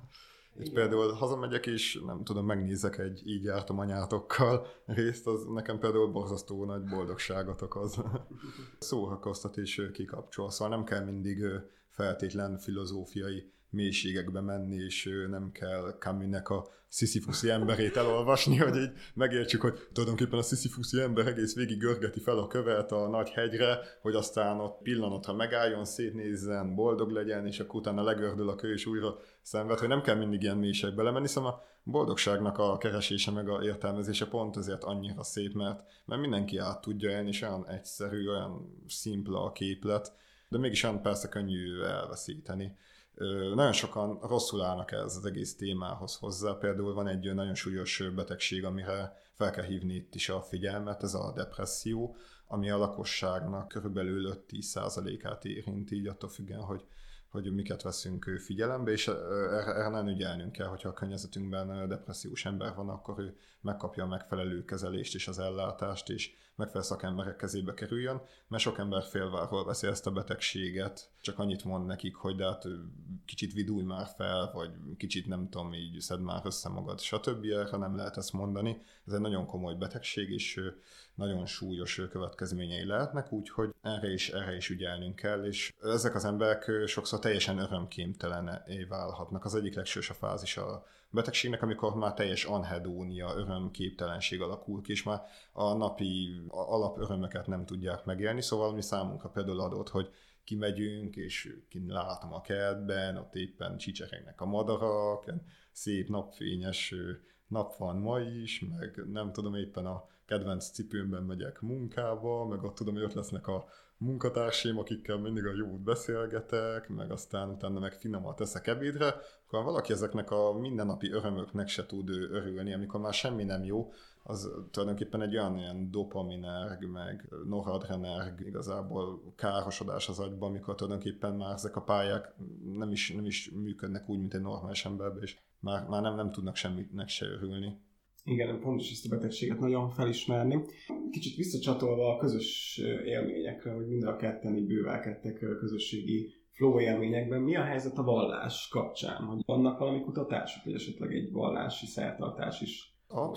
Itt például hazamegyek és nem tudom, megnézek egy Így jártam anyátokkal részt, az nekem például borzasztó nagy boldogságot okoz. Szórakoztat és kikapcsol, szóval nem kell mindig feltétlen filozófiai mélységekbe menni, és nem kell Camusnek a sziszifuszi emberét elolvasni, hogy így megértsük, hogy tulajdonképpen a sziszifuszi ember egész végig görgeti fel a követ a nagy hegyre, hogy aztán ott pillanatra megálljon, szétnézzen, boldog legyen, és akkor utána legördül a kő, és újra szenved, hogy nem kell mindig ilyen mélységbe lemenni, szóval a boldogságnak a keresése meg a értelmezése pont azért annyira szép, mert mindenki át tudja élni, és olyan egyszerű, olyan szimpla a képlet, de mégis olyan persze könnyű elveszíteni. Nagyon sokan rosszul állnak ez az egész témához hozzá. Például van egy nagyon súlyos betegség, amire fel kell hívni itt is a figyelmet, ez a depresszió, ami a lakosságnak körülbelül 5-10%-át érinti, így attól függően, hogy miket veszünk figyelembe, és erre nem ügyelnünk kell, hogyha a környezetünkben depressziós ember van, akkor ő megkapja a megfelelő kezelést és az ellátást, és megfelelő szakemberek kezébe kerüljön, mert sok ember félváról veszi ezt a betegséget, csak annyit mond nekik, hogy de hát kicsit vidulj már fel, vagy kicsit nem tudom, így szedd már össze magad, stb. Erre nem lehet ezt mondani. Ez egy nagyon komoly betegség, és nagyon súlyos következményei lehetnek, úgyhogy erre is ügyelnünk kell, és ezek az emberek sokszor teljesen örömkémtelené válhatnak. Az egyik legsősebb fázis a betegségnek, amikor már teljes anhedónia, örömképtelenség alakul ki, és már a napi alapörömöket nem tudják megélni, szóval mi számunkra például adott, hogy kimegyünk, és látom a kertben, ott éppen csicseregnek a madarak, szép napfényes nap van ma is, meg nem tudom, éppen a kedvenc cipőmben megyek munkába, meg ott tudom, hogy ott lesznek a munkatársaim, akikkel mindig a jót beszélgetek, meg aztán utána meg finomat teszek ebédre, akkor valaki ezeknek a mindennapi örömöknek se tud örülni, amikor már semmi nem jó, az tulajdonképpen egy olyan dopaminerg, meg noradrenerg, igazából károsodás az agyban, amikor tulajdonképpen már ezek a pályák nem is működnek úgy, mint egy normális emberben, és már nem tudnak semminek se örülni. Igen, fontos ezt a betegséget nagyon felismerni. Kicsit visszacsatolva a közös élményekre, hogy mind a ketten így bővelkedtek közösségi flow élményekben. Mi a helyzet a vallás kapcsán? Hogy vannak valami kutatások, vagy esetleg egy vallási szertartás is?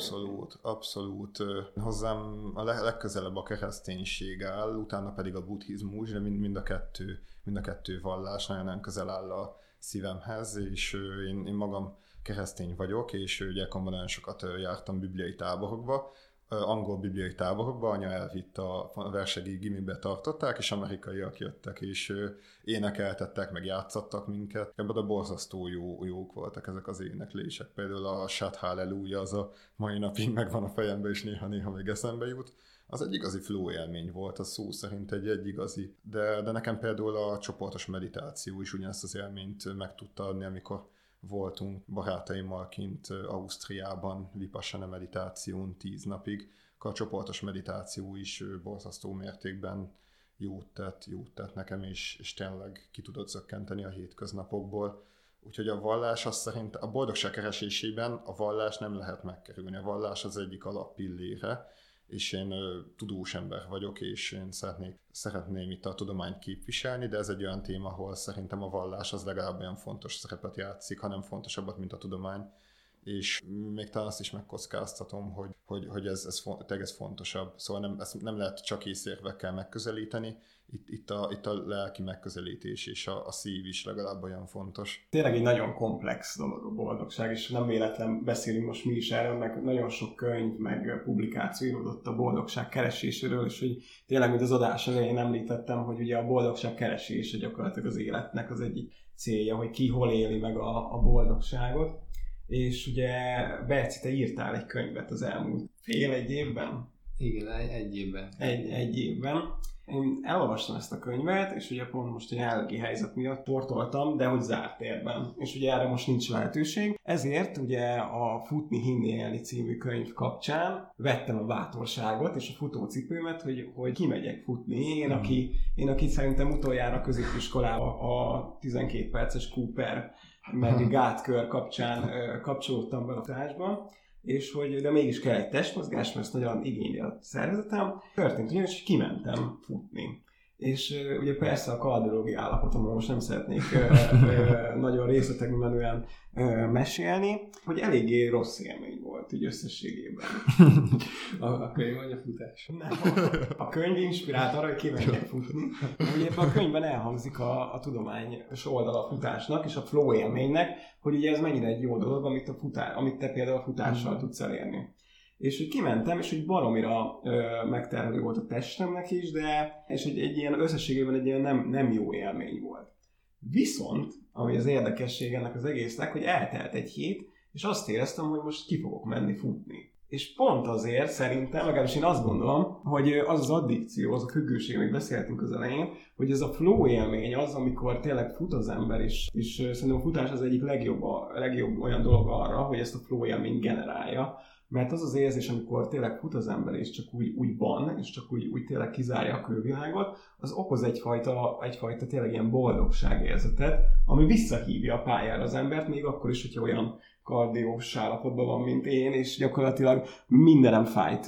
Abszolút. Hozzám a legközelebb a kereszténység áll, utána pedig a buddhizmus, de mind a kettő vallás nagyon közel áll a szívemhez, és én magam keresztény vagyok, és gyerekkoromban nagyon sokat jártam bibliai táborokba, angol bibliai táborokba, anya elvitt a versegi gimibe tartották, és amerikaiak jöttek, és énekeltettek, meg játszattak minket. Ebben a borzasztó jók voltak ezek az éneklések. Például a Shout Hallelujah, az a mai napig megvan a fejembe, és néha még eszembe jut. Az egy igazi flow élmény volt, az szó szerint egy igazi. De nekem például a csoportos meditáció is ugyanezt az élményt meg tudta adni, amikor voltunk barátaimmal kint Ausztriában vipassana meditáción 10 napig, akkor a csoportos meditáció is borzasztó mértékben jót tett nekem, és tényleg ki tudott zökkenteni a hétköznapokból. Úgyhogy a vallás azt szerint a boldogság keresésében a vallás nem lehet megkerülni. A vallás az egyik alappillére, és én tudós ember vagyok, és én szeretném itt a tudományt képviselni, de ez egy olyan téma, ahol szerintem a vallás az legalább olyan fontos szerepet játszik, hanem fontosabbat, mint a tudomány. És még talán azt is megkockáztatom, hogy ez fontosabb. Szóval ezt nem lehet csak észérvekkel megközelíteni, itt a lelki megközelítés és a szív is legalább olyan fontos. Tényleg egy nagyon komplex dolog a boldogság, és nem véletlen beszélünk most mi is erről, meg nagyon sok könyv, meg publikáció íródott a boldogság kereséséről, és hogy tényleg, mint az adás elején említettem, hogy ugye a boldogság keresése gyakorlatilag az életnek az egyik célja, hogy ki hol éli meg a boldogságot. És ugye Berci, te írtál egy könyvet az elmúlt egy évben? Igen, egy évben. Egy évben. Én elolvastam ezt a könyvet, és ugye pont most egy jelenlegi helyzet miatt portoltam, de hogy zárt térben. És ugye erre most nincs lehetőség. Ezért ugye a Futni, hinni, élni című könyv kapcsán vettem a bátorságot és a futócipőmet, hogy kimegyek futni. Én, aki szerintem utoljára középiskolában a 12 perces Cooper meg gátkör kapcsán kapcsolódtam be a futásba, és hogy de mégis kell egy testmozgás, mert ezt nagyon igényli a szervezetem. Történt ugyanis, hogy kimentem futni. És ugye persze a kardiológiai állapotomról most nem szeretnék nagyon részletekben menően mesélni, hogy eléggé rossz élmény volt így összességében. A könyv vagy a futás? Nem, a könyv inspirált arra, hogy kimenjek futni. Ugye ebben a könyvben elhangzik a tudományos oldala a futásnak és a flow élménynek, hogy ugye ez mennyire egy jó dolog, amit te például a futással tudsz elérni. És hogy kimentem, és hogy baromira megterhelő volt a testemnek is, és hogy egy ilyen összességében egy ilyen nem jó élmény volt. Viszont, ami az érdekesség ennek az egésznek, hogy eltelt egy hét, és azt éreztem, hogy most ki fogok menni futni. És pont azért szerintem, legalábbis én azt gondolom, hogy az addikció, az a függőség, amit beszéltünk az elején, hogy ez a flow élmény az, amikor tényleg fut az ember, és szerintem a futás az egyik legjobb olyan dolog arra, hogy ezt a flow élményt generálja. Mert az az érzés, amikor tényleg fut az ember, és csak úgy van, és csak úgy tényleg kizárja a külvilágot, az okoz egyfajta tényleg ilyen boldogságérzetet, ami visszahívja a pályára az embert, még akkor is, hogyha olyan kardiós állapotban van, mint én, és gyakorlatilag mindenem fájt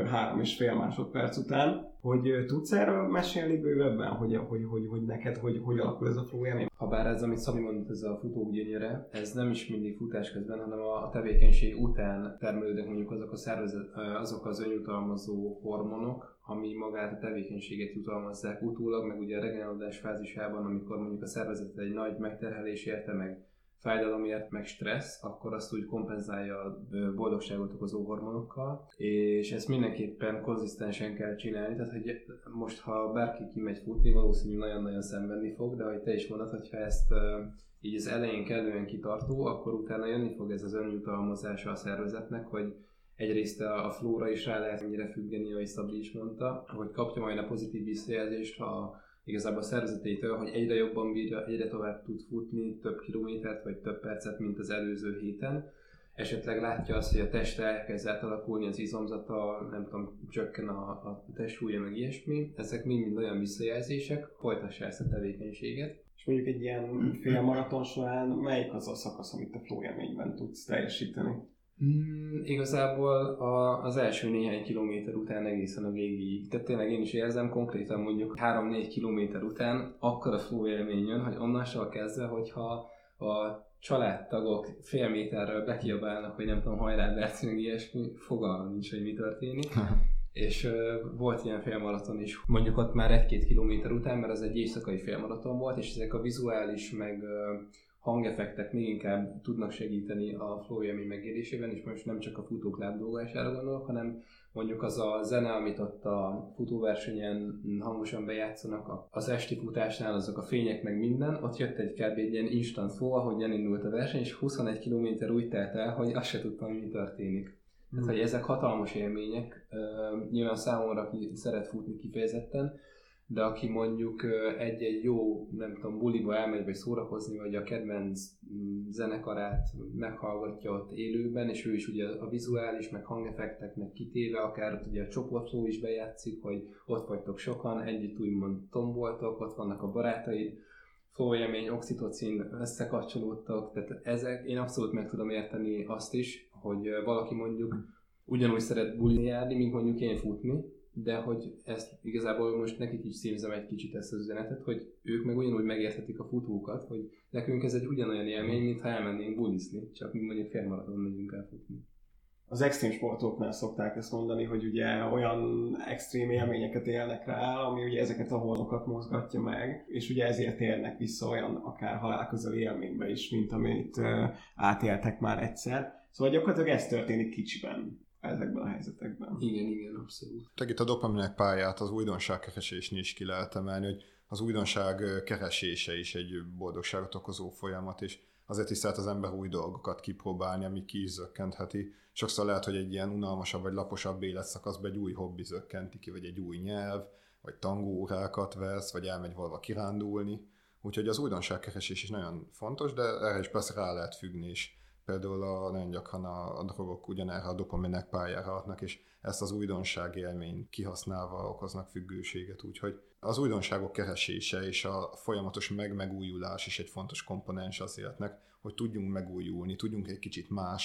3,5 másodperc után. Hogy tudsz erről mesélni bővebben, hogy neked hogy alakul ez a flow élmény? Habár ez, amit Szabi mondott, ez a futók gyönyöre, ez nem is mindig futás közben, hanem a tevékenység után termelődnek mondjuk azok az önjutalmazó hormonok, ami magát a tevékenységet jutalmazzák utólag, meg ugye a regenerálódás fázisában, amikor mondjuk a szervezet egy nagy megterhelés érte, meg fájdalomért, meg stressz, akkor azt úgy kompenzálja a boldogságot okozó hormonokkal, és ezt mindenképpen konzisztensen kell csinálni, tehát hogy most ha bárki kimegy futni, valószínűleg nagyon-nagyon szenvedni fog, de ahogy te is mondod, hogyha ezt így az elején kellően kitartó, akkor utána jönni fog ez az önjutalmazása a szervezetnek, hogy egyrészt a flóra is rá lehet ennyire függeni, ahogy Szabi is mondta, hogy kapja majd a pozitív visszajelzést, ha igazából a szervezetétől, hogy egyre jobban bírja, egyre tovább tud futni több kilométert vagy több percet, mint az előző héten. Esetleg látja azt, hogy a testre elkezd átalakulni az izomzata, nem tudom, csökken a testsúlya, meg ilyesmi. Ezek mind olyan visszajelzések, folytassa ezt a tevékenységet. És mondjuk egy ilyen félmaraton során melyik az a szakasz, amit a flow élményben tudsz teljesíteni? Igazából az első néhány kilométer után egészen a végig. Tehát tényleg én is érzem, konkrétan mondjuk 3-4 kilométer után akkor a flow élmény jön, hogy onnantól kezdve, hogyha a családtagok fél méterről bekiabálnak, hogy nem tudom, hajrá Berci, meg ilyesmi, fogalmam nincs, hogy mi történik. És volt ilyen félmaraton is, mondjuk ott már 1-2 kilométer után, mert az egy éjszakai félmaraton volt, és ezek a vizuális, meg hangeffektek még inkább tudnak segíteni a flow élmény megélésében, és most nem csak a futók lábdolgására gondolok, hanem mondjuk az a zene, amit ott a futóversenyen hangosan bejátszanak, az esti futásnál azok a fények meg minden, ott jött egy kb. Egy ilyen instant flow, ahogy elindult a verseny, és 21 km úgy telt el, hogy azt se tudtam, mi történik. Tehát, hogy ezek hatalmas élmények, nyilván számomra, aki szeret futni kifejezetten, de aki mondjuk egy jó, nem tudom, buliba elmegy, vagy szórakozni, vagy a kedvenc zenekarát meghallgatja ott élőben, és ő is ugye a vizuális, meg hangeffekteknek kitéve, akár ott ugye a csoportflow is bejátszik, hogy ott vagytok sokan, együtt úgymond tomboltok, ott vannak a barátaid, flow élmény, oxitocin, összekapcsolódtak, tehát ezek, én abszolút meg tudom érteni azt is, hogy valaki mondjuk ugyanúgy szeret bulizni járni, mint mondjuk én futni, de hogy ezt igazából most nekik is címzem egy kicsit ezt az üzenetet, hogy ők meg ugyanúgy megérthetik a futókat, hogy nekünk ez egy ugyanolyan élmény, mintha elmennénk bulizni, csak mi mondjuk félmaraton megyünk el futni. Az extrém sportoknál szokták ezt mondani, hogy ugye olyan extrém élményeket élnek rá, ami ugye ezeket a hormonokat mozgatja meg, és ugye ezért érnek vissza olyan akár halálközeli élménybe is, mint amit átéltek már egyszer. Szóval gyakorlatilag ez történik kicsiben ezekben a helyzetekben. Igen, abszolút. Itt a dopaminek pályát az újdonságkeresésnél is ki lehet emelni, hogy az újdonság keresése is egy boldogságot okozó folyamat, és azért is szeret az ember új dolgokat kipróbálni, ami ki is zökkentheti. Sokszor lehet, hogy egy ilyen unalmasabb vagy laposabb életszakaszban egy új hobbi zökkenti ki, vagy egy új nyelv, vagy tangóórákat vesz, vagy elmegy valahol kirándulni. Úgyhogy az újdonságkeresés is nagyon fontos, de erre is persze rá lehet függni is. Például nagyon gyakran a drogok ugyanerre a dopaminek pályára adnak, és ezt az újdonság élményt kihasználva okoznak függőséget. Úgyhogy az újdonságok keresése és a folyamatos megújulás is egy fontos komponens az életnek, hogy tudjunk megújulni, tudjunk egy kicsit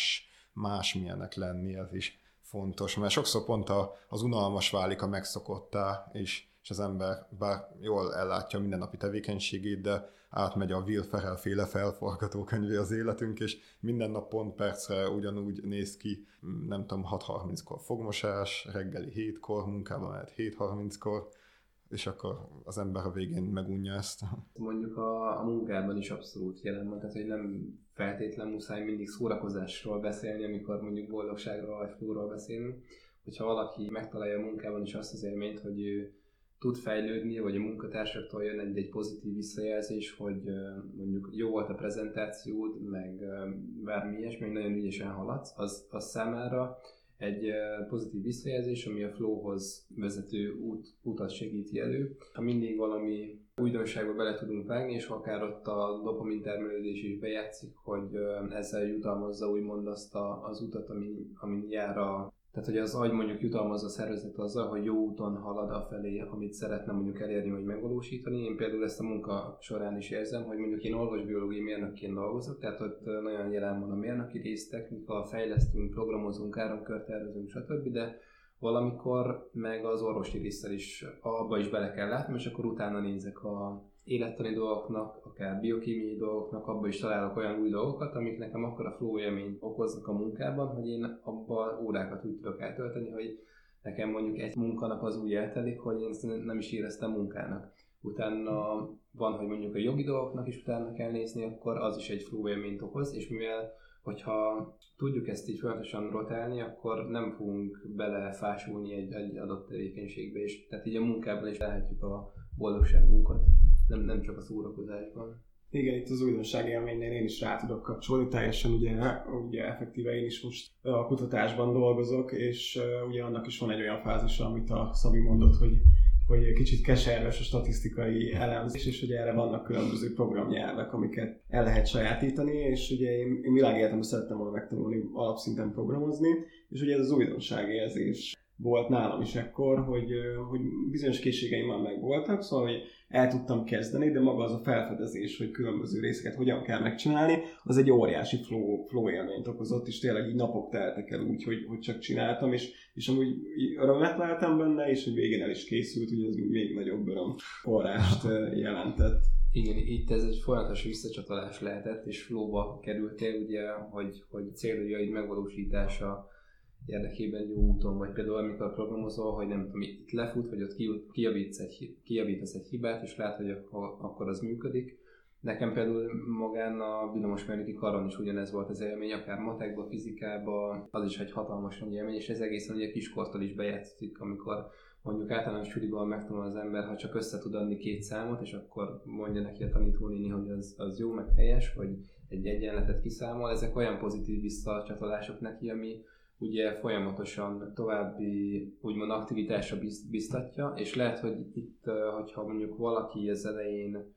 másmilyenek lenni, ez is fontos. Mert sokszor pont az unalmas válik a megszokottá, és az ember bár jól ellátja a mindennapi tevékenységét, de átmegy a Will Ferrell féle felforgatókönyvé az életünk, és minden nap pont percre ugyanúgy néz ki, nem tudom, 6:30-kor fogmosás, reggeli 7-kor, munkába mehet 7:30-kor, és akkor az ember a végén megunja ezt. Mondjuk a munkában is abszolút jelen van, tehát hogy nem feltétlen muszáj mindig szórakozásról beszélni, amikor mondjuk boldogságról vagy flóról beszélünk. Hogyha valaki megtalálja a munkában is azt az élményt, hogy ő tud fejlődni, vagy a munkatársaktól jön egy pozitív visszajelzés, hogy mondjuk jó volt a prezentációd, meg bármi ilyesmi, nagyon ügyesen haladsz, az számára egy pozitív visszajelzés, ami a flowhoz vezető utat segíti elő. Ha mindig valami újdonságba bele tudunk vágni, és akár ott a dopamin termelődés is bejátszik, hogy ezzel jutalmazza úgymond azt az utat, amin jár tehát, hogy az agy mondjuk jutalmazza a szervezet azzal, hogy jó úton halad afelé, amit szeretne mondjuk elérni, vagy megvalósítani. Én például ezt a munka során is érzem, hogy mondjuk én orvosbiológiai mérnökként dolgozok, tehát ott nagyon jelen van a mérnöki rész, technika, fejlesztünk, programozunk, áramkört tervezünk, stb. De valamikor meg az orvosi résszel is abba is bele kell látni, és akkor utána nézek a élettani dolgoknak, akár biokémiai dolgoknak, abban is találok olyan új dolgokat, amik nekem akkor a flow élményt okoznak a munkában, hogy én abban órákat úgy tudok eltölteni, hogy nekem mondjuk egy munkanap az úgy eltelik, hogy én nem is éreztem munkának. Utána van, hogy mondjuk a jogi dolgoknak is utána kell nézni, akkor az is egy flow élményt okoz, és mivel hogyha tudjuk ezt így folyamatosan rotálni, akkor nem fogunk belefásulni egy adott tevékenységbe, és tehát így a munkában is lehetjük a boldogságunkat, nem csak a szórakozásban. Igen, itt az újdonság élménynél én is rá tudok kapcsolni, teljesen ugye effektíve én is most a kutatásban dolgozok, és ugye annak is van egy olyan fázisa, amit a Szabi mondott, hogy kicsit keserves a statisztikai elemzés, és ugye erre vannak különböző programnyelvek, amiket el lehet sajátítani, és ugye én világéletemben szerettem volna megtanulni alapszinten programozni, és ugye ez az újdonságérzés volt nálam is ekkor, hogy bizonyos készségeim már megvoltak, szóval hogy el tudtam kezdeni, de maga az a felfedezés, hogy különböző részeket hogyan kell megcsinálni, az egy óriási flow élményt okozott, és tényleg így napok teltek el úgy, hogy csak csináltam, és amúgy örömet láttam benne, és hogy végén el is készült, ugye ez még nagyobb öröm forrást jelentett. Igen, itt ez egy folyamatos visszacsatolás lehetett, és flowba kerültél, ugye, hogy céljaid megvalósítása érdekében jó úton vagy, például amikor programozol, hogy nem tudom, itt lefut, vagy ott kijavítasz egy hibát, és látod, hogy akkor az működik. Nekem például magán a villamosmérnöki karon is ugyanez volt az élmény, akár matekba, fizikába, az is egy hatalmas nagy élmény, és ez egészen ugye kiskortól is bejátszik, amikor mondjuk általános suliban megtanul az ember, ha csak össze tud adni két számot, és akkor mondja neki a tanítónéni, hogy az jó, meg helyes, vagy egy egyenletet kiszámol. Ezek olyan pozitív visszacsatolások neki, ami ugye folyamatosan további úgymond aktivitásra biztatja, és lehet, hogy itt, hogyha mondjuk valaki az elején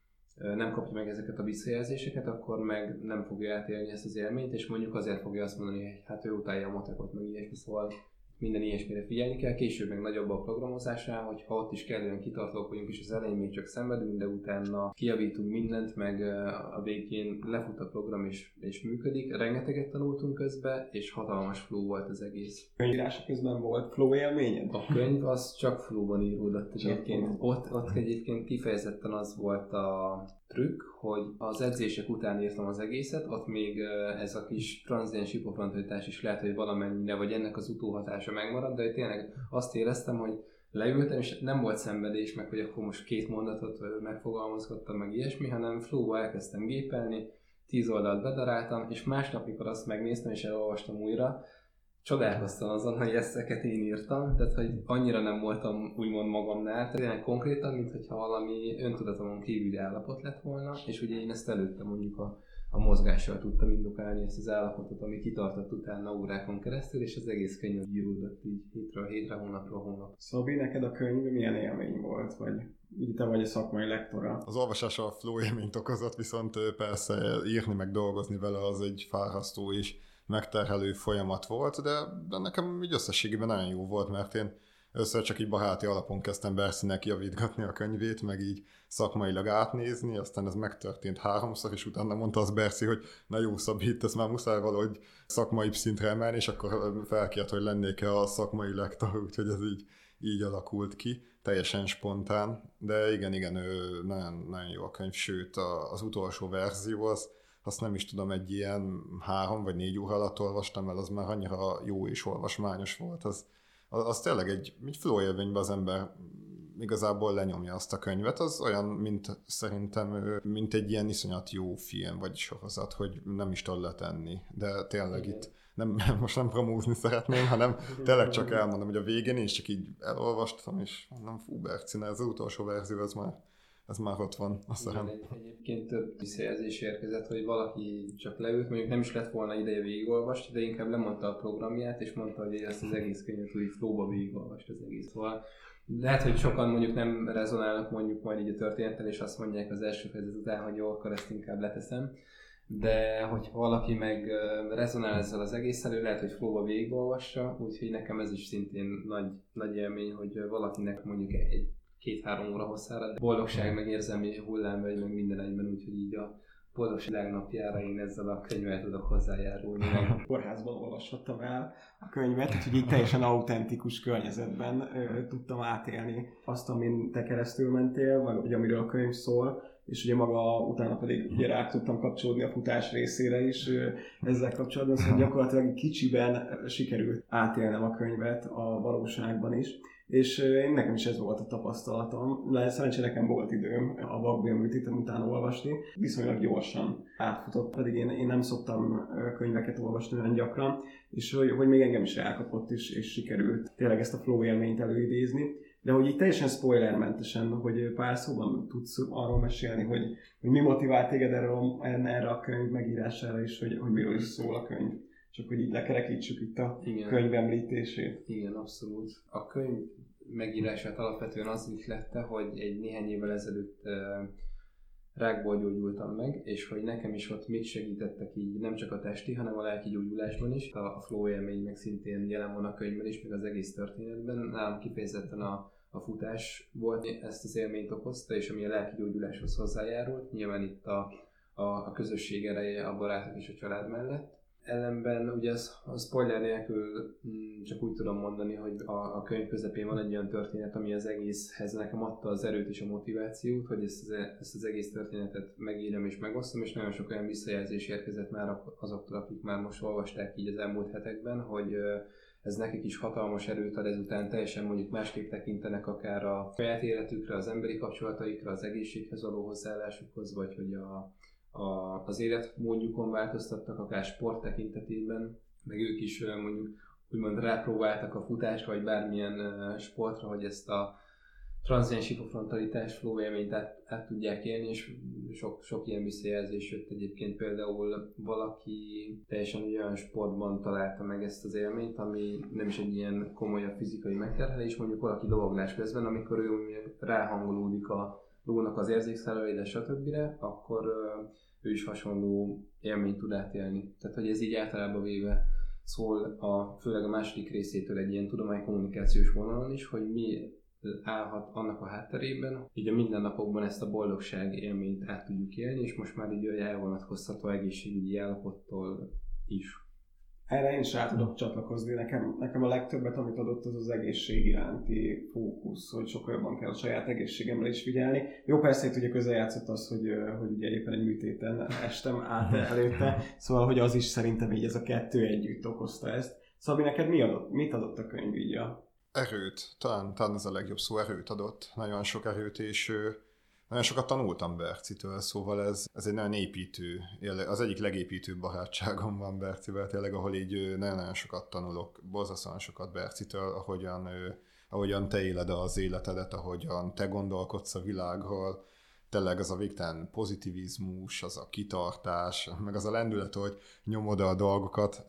nem kapja meg ezeket a visszajelzéseket, akkor meg nem fogja átélni ezt az élményt, és mondjuk azért fogja azt mondani, hogy hát ő utálja a matekot, meg ilyesmi, szóval minden ilyesmire figyelni kell, később meg nagyobb a programozásra, hogyha ott is kellően kitartók vagyunk, és az elején még csak szenvedünk, de utána kijavítunk mindent, meg a végén lefut a program és működik. Rengeteget tanultunk közben, és hatalmas flow volt az egész. Könyvírása közben volt flow élményed? A könyv az csak flow-ban íródott egyébként. Ott egyébként kifejezetten az volt a trükk, hogy az edzések után írtam az egészet, ott még ez a kis tranziens hipofrontalitás is lehet, hogy valamennyire, vagy ennek az utóhatása megmaradt, de tényleg azt éreztem, hogy leültem, és nem volt szenvedés, meg hogy akkor most 2 mondatot megfogalmazhattam, meg ilyesmi, hanem flow-ba elkezdtem gépelni, 10 oldalt bedaráltam, és másnap, mikor azt megnéztem és elolvastam újra, csodálkoztam azon, hogy ezeket én írtam, tehát hogy annyira nem voltam úgymond magamnál, tehát tényleg konkrétan, mintha valami öntudatomon kívüli állapot lett volna, és ugye én ezt előtte mondjuk a mozgással tudtam indukálni ezt az állapotot, ami kitartott utána órákon keresztül, és az egész könyv íródott így hétről hétre, hónapról hónap. Szabi, neked a könyv milyen élmény volt, vagy így te vagy a szakmai lektora? Az olvasás a flow élményt okozott, viszont persze írni meg dolgozni vele az egy fárasztó és megterhelő folyamat volt, de nekem így összességében nagyon jó volt, mert én először csak így baráti alapon kezdtem Bercinek javítgatni a könyvét, meg így szakmailag átnézni, aztán ez megtörtént 3-szor, és utána mondta az Berci, hogy na jó Szabi, itt ez már muszáj valahogy szakmai szintre emelni, és akkor felkért, hogy lennék-e a szakmai lektor, úgyhogy ez így alakult ki, teljesen spontán, de igen, ő nagyon, nagyon jó a könyv, sőt az utolsó verzió azt nem is tudom, egy ilyen 3 vagy 4 óra alatt olvastam el, az már annyira jó és olvasmányos volt, az tényleg egy flow élményben az ember igazából lenyomja azt a könyvet, az olyan, mint szerintem, mint egy ilyen iszonyat jó film vagy sorozat, hogy nem is tud letenni, de tényleg itt most nem promózni szeretném, hanem tényleg csak elmondom, hogy a végén én is csak így elolvastam, és mondom, fú Berci, ez az utolsó verzió, ez már ott van, azt hiszem. Egyébként több visszajelzés érkezett, hogy valaki csak leült, mondjuk nem is lett volna ideje végigolvasni, de inkább lemondta a programját, és mondta, hogy ezt az egész könyvet úgy flowba végigolvast az egész. Szóval lehet, hogy sokan mondjuk nem rezonálnak mondjuk majd így a történettel, és azt mondják az első fejezet után, hogy jó, akkor ezt inkább leteszem. De hogyha valaki meg rezonál ezzel az egésszel, ő lehet, hogy flowba végigolvassa, úgyhogy nekem ez is szintén nagy élmény, hogy valakinek mondjuk egy 2-3 óra hosszára, de boldogság meg érzelmi hullámvegy meg minden egyben, úgyhogy így a boldogság napjára én ezzel a könyvvel tudok hozzájárulni. A kórházban olvashattam el a könyvet, úgyhogy így teljesen autentikus környezetben tudtam átélni azt, amin te keresztül mentél, vagy amiről a könyv szól, és ugye maga utána pedig ugye rá tudtam kapcsolódni a futás részére is ezzel kapcsolatban, szóval gyakorlatilag kicsiben sikerült átélnem a könyvet a valóságban is. És nekem is ez volt a tapasztalatom, de szerencsére nekem volt időm a vakbélműtétem után olvasni, viszonylag gyorsan átfutott, pedig én nem szoktam könyveket olvasni olyan gyakran, és hogy még engem is elkapott és sikerült tényleg ezt a flow élményt előidézni. De hogy így teljesen spoilermentesen, hogy pár szóban tudsz arról mesélni, hogy mi motivált téged erre a könyv megírására, és hogy miről is szól a könyv. Csak hogy így lekerekítsük itt a könyv említését. Igen, abszolút. A könyv megírását alapvetően az ihlette, hogy egy néhány évvel ezelőtt rákból gyógyultam meg, és hogy nekem is ott mit segítettek így nem csak a testi, hanem a lelki gyógyulásban is. A flow élmény meg szintén jelen van a könyvben is, meg az egész történetben. Nálam kifejezetten a futás volt, ezt az élményt okozta, és ami a lelki gyógyuláshoz hozzájárult. Nyilván itt a közösség ereje, a barátok és a család mellett. Ellenben ugye a spoiler nélkül csak úgy tudom mondani, hogy a könyv közepén van egy olyan történet, ami az egészhez nekem adta az erőt és a motivációt, hogy ezt az egész történetet megírjam és megosztom, és nagyon sok olyan visszajelzés érkezett már azoktól, akik már most olvasták így az elmúlt hetekben, hogy ez nekik is hatalmas erőt ad, ezután teljesen mondjuk másképp tekintenek akár a saját életükre, az emberi kapcsolataikra, az egészséghez való hozzáállásukhoz, vagy hogy az életmódjukon változtattak, akár sport tekintetében, meg ők is mondjuk úgymond rápróbáltak a futásra, vagy bármilyen sportra, hogy ezt a tranziens hipofrontalitás flow élményt át tudják élni, és sok ilyen visszajelzés jött egyébként. Például valaki teljesen olyan sportban találta meg ezt az élményt, ami nem is egy ilyen komolyabb fizikai megterhelés, mondjuk valaki lovaglás közben, amikor ő ráhangolódik a lónak az érzékszerveire, stb., akkor ő is hasonló élményt tud átélni. Tehát, hogy ez így általában véve szól főleg a második részétől egy ilyen tudománykommunikációs vonalon is, hogy mi állhat annak a hátterében, így a mindennapokban ezt a boldogság élményt át tudjuk élni, és most már így elvonatkoztatva egészségügyi állapottól is. Erre én is rá tudok csatlakozni. Nekem a legtöbbet, amit adott, az az egészség iránti fókusz, hogy sokkal jobban kell a saját egészségemre is figyelni. Jó, persze itt ugye közrejátszott az, hogy ugye éppen egy műtéten estem át előtte, szóval hogy az is szerintem így ez a kettő együtt okozta ezt. Szabi, neked mit adott a könyv így Erőt, talán ez a legjobb szó, erőt adott, nagyon sok erőt, és nagyon sokat tanultam Bercitől, szóval ez egy nagyon építő, az egyik legépítőbb barátságom van Bercivel, tényleg, ahol így nagyon-nagyon sokat tanulok, borzasztóan sokat Bercitől, ahogyan te éled az életedet, ahogyan te gondolkodsz a világról, tényleg az a végtelen pozitivizmus, az a kitartás, meg az a lendület, hogy nyomod a dolgokat,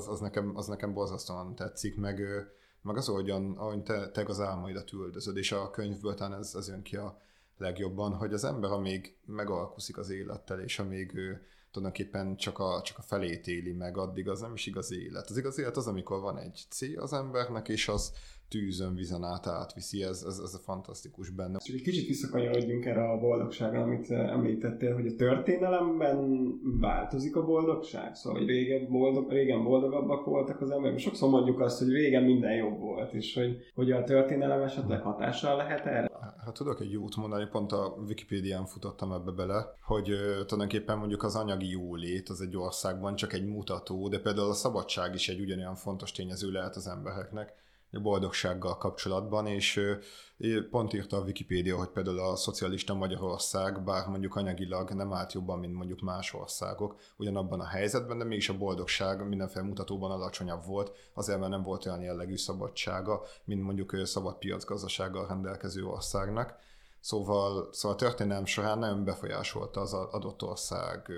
az nekem borzasztóan tetszik, meg az, ahogy te az álmaidat üldözöd, és a könyvből talán ez jön ki a legjobban, hogy az ember, amíg megalkuszik az élettel, és amíg ő tulajdonképpen csak a felét éli meg, addig az nem is igazi élet. Az igazi élet az, amikor van egy cél az embernek, és az tűzön, vizen átviszi, ez a fantasztikus benne. Csak egy kicsit visszakanyarodjunk erre a boldogságra, amit említettél, hogy a történelemben változik a boldogság? Szóval, hogy régen boldogabbak voltak az emberek. Sokszor mondjuk azt, hogy régen minden jobb volt, és hogy a történelem esetleg hatással lehet erre? Hát tudok egy jót mondani, pont a Wikipédián futottam ebbe bele, hogy tulajdonképpen mondjuk az anyagi jólét az egy országban csak egy mutató, de például a szabadság is egy ugyanolyan fontos tényező lehet az embereknek a boldogsággal kapcsolatban, és pont írta a Wikipédia, hogy például a szocialista Magyarország, bár mondjuk anyagilag nem állt jobban, mint mondjuk más országok, ugyanabban a helyzetben, de mégis a boldogság mindenféle mutatóban alacsonyabb volt, azért mert nem volt olyan jellegű szabadsága, mint mondjuk szabad piacgazdasággal rendelkező országnak. Szóval a történelem során nagyon befolyásolta az adott ország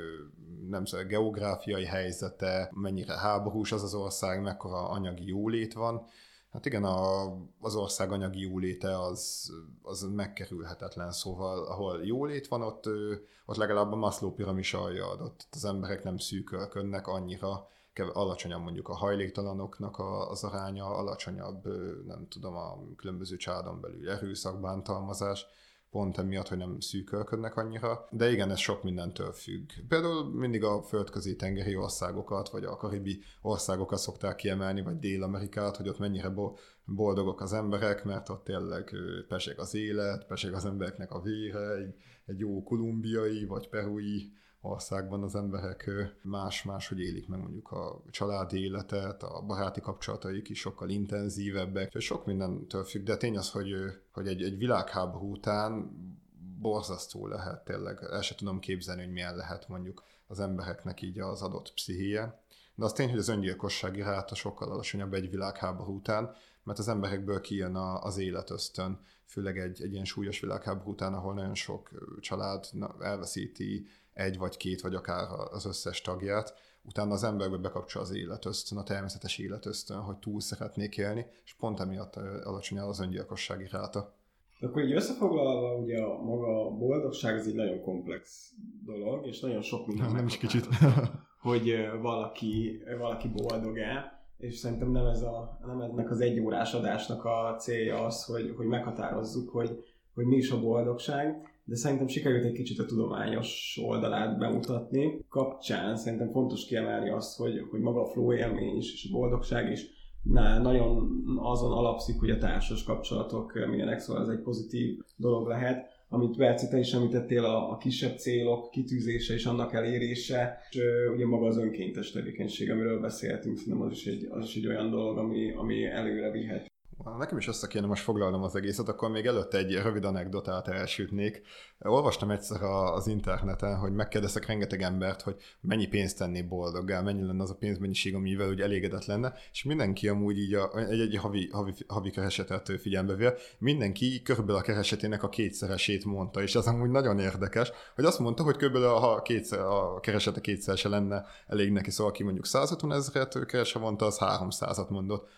geográfiai helyzete, mennyire háborús az ország, mekkora anyagi jólét van. Hát igen, az ország anyagi jóléte az megkerülhetetlen, szóval ahol jólét van, ott legalább a Maslow piramis alja adott. Az emberek nem szűkölködnek annyira, alacsonyabb mondjuk a hajléktalanoknak az aránya, alacsonyabb, nem tudom, a különböző családon belül erőszak, bántalmazás, pont emiatt, hogy nem szűkölködnek annyira. De igen, ez sok mindentől függ. Például mindig a földközi tengeri országokat, vagy a karibi országokat szokták kiemelni, vagy Dél-Amerikát, hogy ott mennyire boldogok az emberek, mert ott tényleg peseg az élet, peseg az embereknek a vére, egy jó kolumbiai, vagy perui országban az emberek más-máshogy élik meg mondjuk a családi életet, a baráti kapcsolataik is sokkal intenzívebbek, és sok mindentől függ, de tény az, hogy egy világháború után borzasztó lehet tényleg, el sem tudom képzelni, hogy milyen lehet mondjuk az embereknek így az adott pszichéje. De az tény, hogy az öngyilkossági ráta sokkal alacsonyabb egy világháború után, mert az emberekből kijön az életösztön, főleg egy ilyen súlyos világháború után, ahol nagyon sok család elveszíti egy vagy két, vagy akár az összes tagját, utána az emberbe bekapcsol az életösztön, a természetes életösztön, hogy túl szeretnék élni, és pont emiatt alacsony az öngyilkossági ráta. De akkor így összefoglalva, ugye maga a boldogság az egy nagyon komplex dolog, és nagyon sok minden nem is kicsit. hogy valaki boldog-e, és szerintem nem ennek az egyórás adásnak a célja az, hogy meghatározzuk, hogy mi is a boldogság, de szerintem sikerült egy kicsit a tudományos oldalát bemutatni. Kapcsán szerintem fontos kiemelni azt, hogy maga a flow élmény is, és a boldogság is nagyon azon alapszik, hogy a társas kapcsolatok milyenek, szóval ez egy pozitív dolog lehet. Amit Berci, te is említettél, a kisebb célok kitűzése és annak elérése, és ugye maga az önkéntes tevékenység, amiről beszéltünk, szerintem az is egy olyan dolog, ami előre vihet. Nekem is össze kéne most foglalnom az egészet, akkor még előtte egy rövid anekdotát elsütnék. Olvastam egyszer az interneten, hogy megkérdeztek rengeteg embert, hogy mennyi pénzt tenné boldoggá, mennyi lenne az a pénzmennyiség, amivel úgy elégedett lenne, és mindenki amúgy így egy havi keresetet figyelembe véve, mindenki körülbelül a keresetének a kétszeresét mondta, és az amúgy nagyon érdekes, hogy azt mondta, hogy körülbelül a keresete kétszer se lenne elég neki, szóval aki mondjuk 150 000 keres havonta, az 300-at mondott.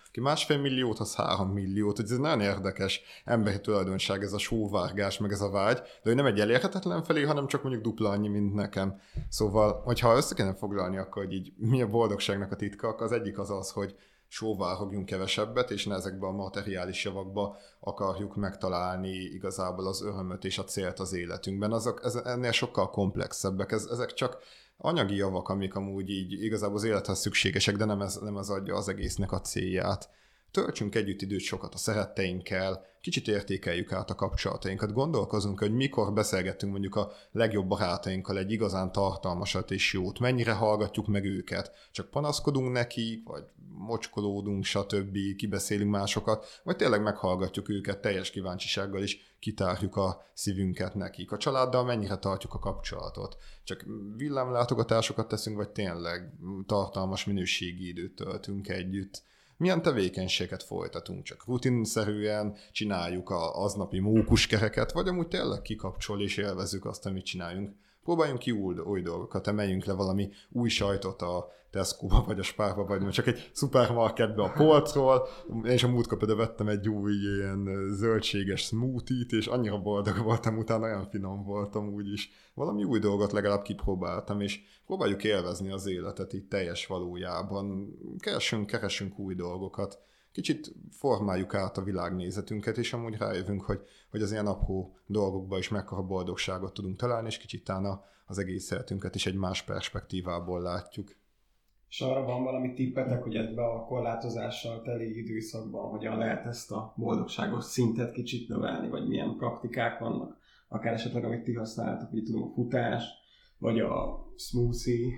Aki 1,5 milliót, az 3 milliót. Ez nagyon érdekes emberi tulajdonság, ez a sóvárgás, meg ez a vágy, de hogy nem egy elérhetetlen felé, hanem csak mondjuk dupla annyi, mint nekem. Szóval, hogyha össze kellene foglalni, akkor hogy így mi a boldogságnak a titka, akkor az egyik az az, hogy sóvárhogjunk kevesebbet, és ne ezekbe a materiális javakba akarjuk megtalálni igazából az örömöt és a célt az életünkben. Ennél sokkal komplexebbek. Ezek csak anyagi javak, amik amúgy így igazából az élethez szükségesek, de nem ez adja az egésznek a célját. Töltsünk együtt időt sokat a szeretteinkkel, kicsit értékeljük át a kapcsolatainkat, gondolkozunk, hogy mikor beszélgettünk mondjuk a legjobb barátainkkal egy igazán tartalmasat és jót, mennyire hallgatjuk meg őket, csak panaszkodunk nekik, vagy mocskolódunk, stb., kibeszélünk másokat, vagy tényleg meghallgatjuk őket teljes kíváncsisággal is, kitárjuk a szívünket nekik. A családdal mennyire tartjuk a kapcsolatot? Csak villámlátogatásokat teszünk, vagy tényleg tartalmas minőségi időt töltünk együtt? Milyen tevékenységet folytatunk? Csak rutinszerűen csináljuk az aznapi mókuskereket, vagy amúgy tényleg kikapcsol és élvezzük azt, amit csináljunk? Próbáljunk ki új dolgokat, emeljünk le valami új sajtot a Tesco-ba, vagy a Spárba, vagy csak egy szupermarketbe a polcról, és a múltkor például vettem egy új ilyen zöldséges smoothie-t, és annyira boldog voltam utána, olyan finom voltam úgyis. Valami új dolgot legalább kipróbáltam, és próbáljuk élvezni az életet itt teljes valójában. Keresünk új dolgokat. Kicsit formáljuk át a világnézetünket, és amúgy rájövünk, hogy az ilyen apró dolgokban is mekkora boldogságot tudunk találni, és kicsit talán az egész életünket is egy más perspektívából látjuk. És arra van valami tippetek, hogy ebben a korlátozással teli időszakban hogyan lehet ezt a boldogságos szintet kicsit növelni, vagy milyen praktikák vannak? Akár esetleg, amit ti használtok, hogy tudom, a futás, vagy a smoothie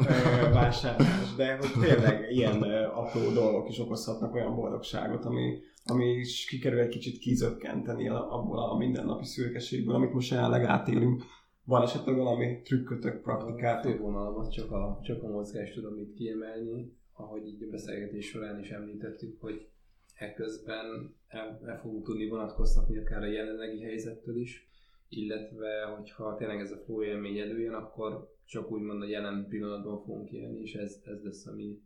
vásárlás, de hogy tényleg ilyen apró dolgok is okozhatnak olyan boldogságot, ami is kikerül egy kicsit kizökkenteni abból a mindennapi szürkeségből, amit most jelenleg átélünk. Van esetleg valami trükkötök, praktikát? A fővonalban csak a mozgást tudom itt kiemelni, ahogy így a beszélgetés során is említettük, hogy ekközben el fogunk tudni vonatkoztatni akár a jelenlegi helyzettől is, illetve hogyha tényleg ez a flow élmény előjön, akkor csak úgymond a jelen pillanatban fogunk élni, és ez lesz, ami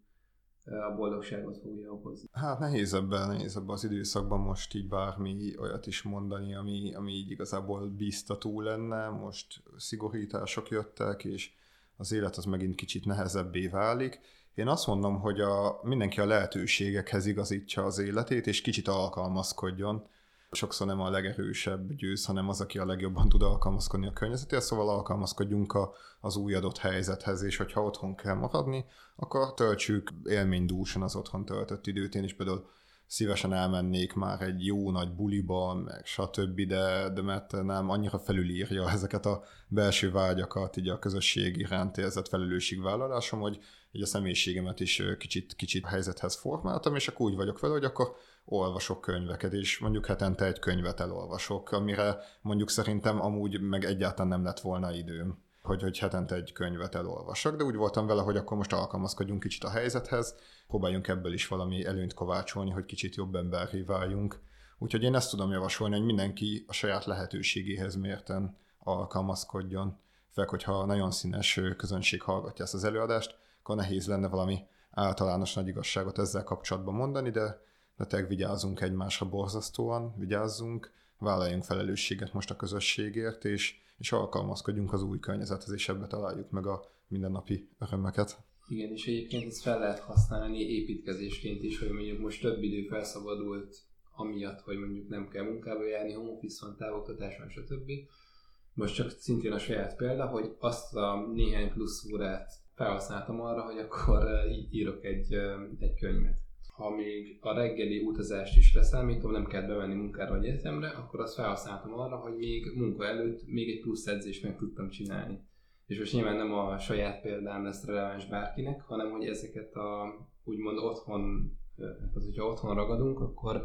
a boldogságot fogja okozni. Hát nehéz ebben az időszakban most így bármi olyat is mondani, ami így igazából bíztató lenne. Most szigorítások jöttek, és az élet az megint kicsit nehezebbé válik. Én azt mondom, hogy mindenki a lehetőségekhez igazítsa az életét, és kicsit alkalmazkodjon. Sokszor nem a legerősebb győz, hanem az, aki a legjobban tud alkalmazkodni a környezetéhez, szóval alkalmazkodjunk az új adott helyzethez, és hogyha otthon kell maradni, akkor töltsük élménydúsan az otthon töltött időt. Én is például szívesen elmennék már egy jó nagy buliba, meg stb., de mert nem annyira felülírja ezeket a belső vágyakat, így a közösség iránt érzett felelősségvállalásom, hogy így a személyiségemet is kicsit helyzethez formáltam, és akkor úgy vagyok vele, hogy akkor olvasok könyveket, és mondjuk hetente egy könyvet elolvasok, amire mondjuk szerintem amúgy meg egyáltalán nem lett volna időm, hogy hetente egy könyvet elolvassak, de úgy voltam vele, hogy akkor most alkalmazkodjunk kicsit a helyzethez, próbáljunk ebből is valami előnyt kovácsolni, hogy kicsit jobb emberré váljunk. Úgyhogy én ezt tudom javasolni, hogy mindenki a saját lehetőségéhez mérten alkalmazkodjon. Főleg, hogyha nagyon színes közönség hallgatja ezt az előadást, akkor nehéz lenne valami általános nagy igazságot ezzel kapcsolatban mondani, de tényleg vigyázzunk egymásra borzasztóan, vigyázzunk, vállaljunk felelősséget most a közösségért, és alkalmazkodjunk az új környezethez, és ebbe találjuk meg a mindennapi örömöket. Igen, és egyébként ezt fel lehet használni építkezésként is, hogy mondjuk most több idő felszabadult amiatt, hogy mondjuk nem kell munkába járni, home office van, távoktatás van, stb. Most csak szintén a saját példa, hogy azt a néhány plusz órát felhasználtam arra, hogy akkor írok egy könyvet. Ha még a reggeli utazást is leszámítom, nem kell bemenni munkára vagy egyetemre, akkor azt felhasználtam arra, hogy még munka előtt még egy plusz edzést meg tudtam csinálni. És most nyilván nem a saját példám lesz releváns bárkinek, hanem hogy ezeket a úgymond otthon, tehát hogyha otthon ragadunk, akkor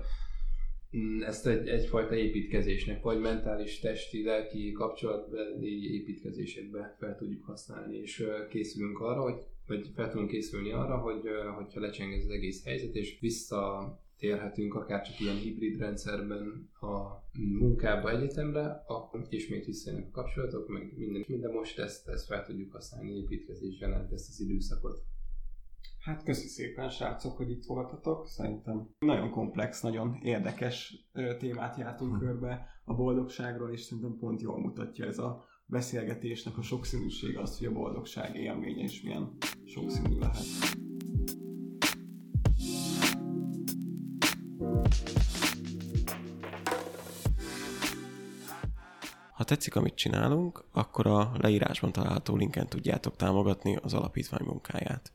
ezt egyfajta építkezésnek, vagy mentális, testi, lelki kapcsolatbeli építkezésekbe fel tudjuk használni, és készülünk arra, vagy fel tudunk készülni arra, hogyha lecseng ez az egész helyzet, és visszatérhetünk akár csak ilyen hibrid rendszerben a munkába, egyetemre, akkor ismét visszajönnek a kapcsolatok, meg minden, de most ezt fel tudjuk használni építkezésben, ezt az időszakot. Hát köszi szépen, srácok, hogy itt voltatok. Szerintem nagyon komplex, nagyon érdekes témát jártunk körbe a boldogságról, és szerintem pont jól mutatja ez a beszélgetésnek a sokszínűsége, az, hogy a boldogság élménye is milyen sokszínű lehet. Ha tetszik, amit csinálunk, akkor a leírásban található linken tudjátok támogatni az alapítvány munkáját.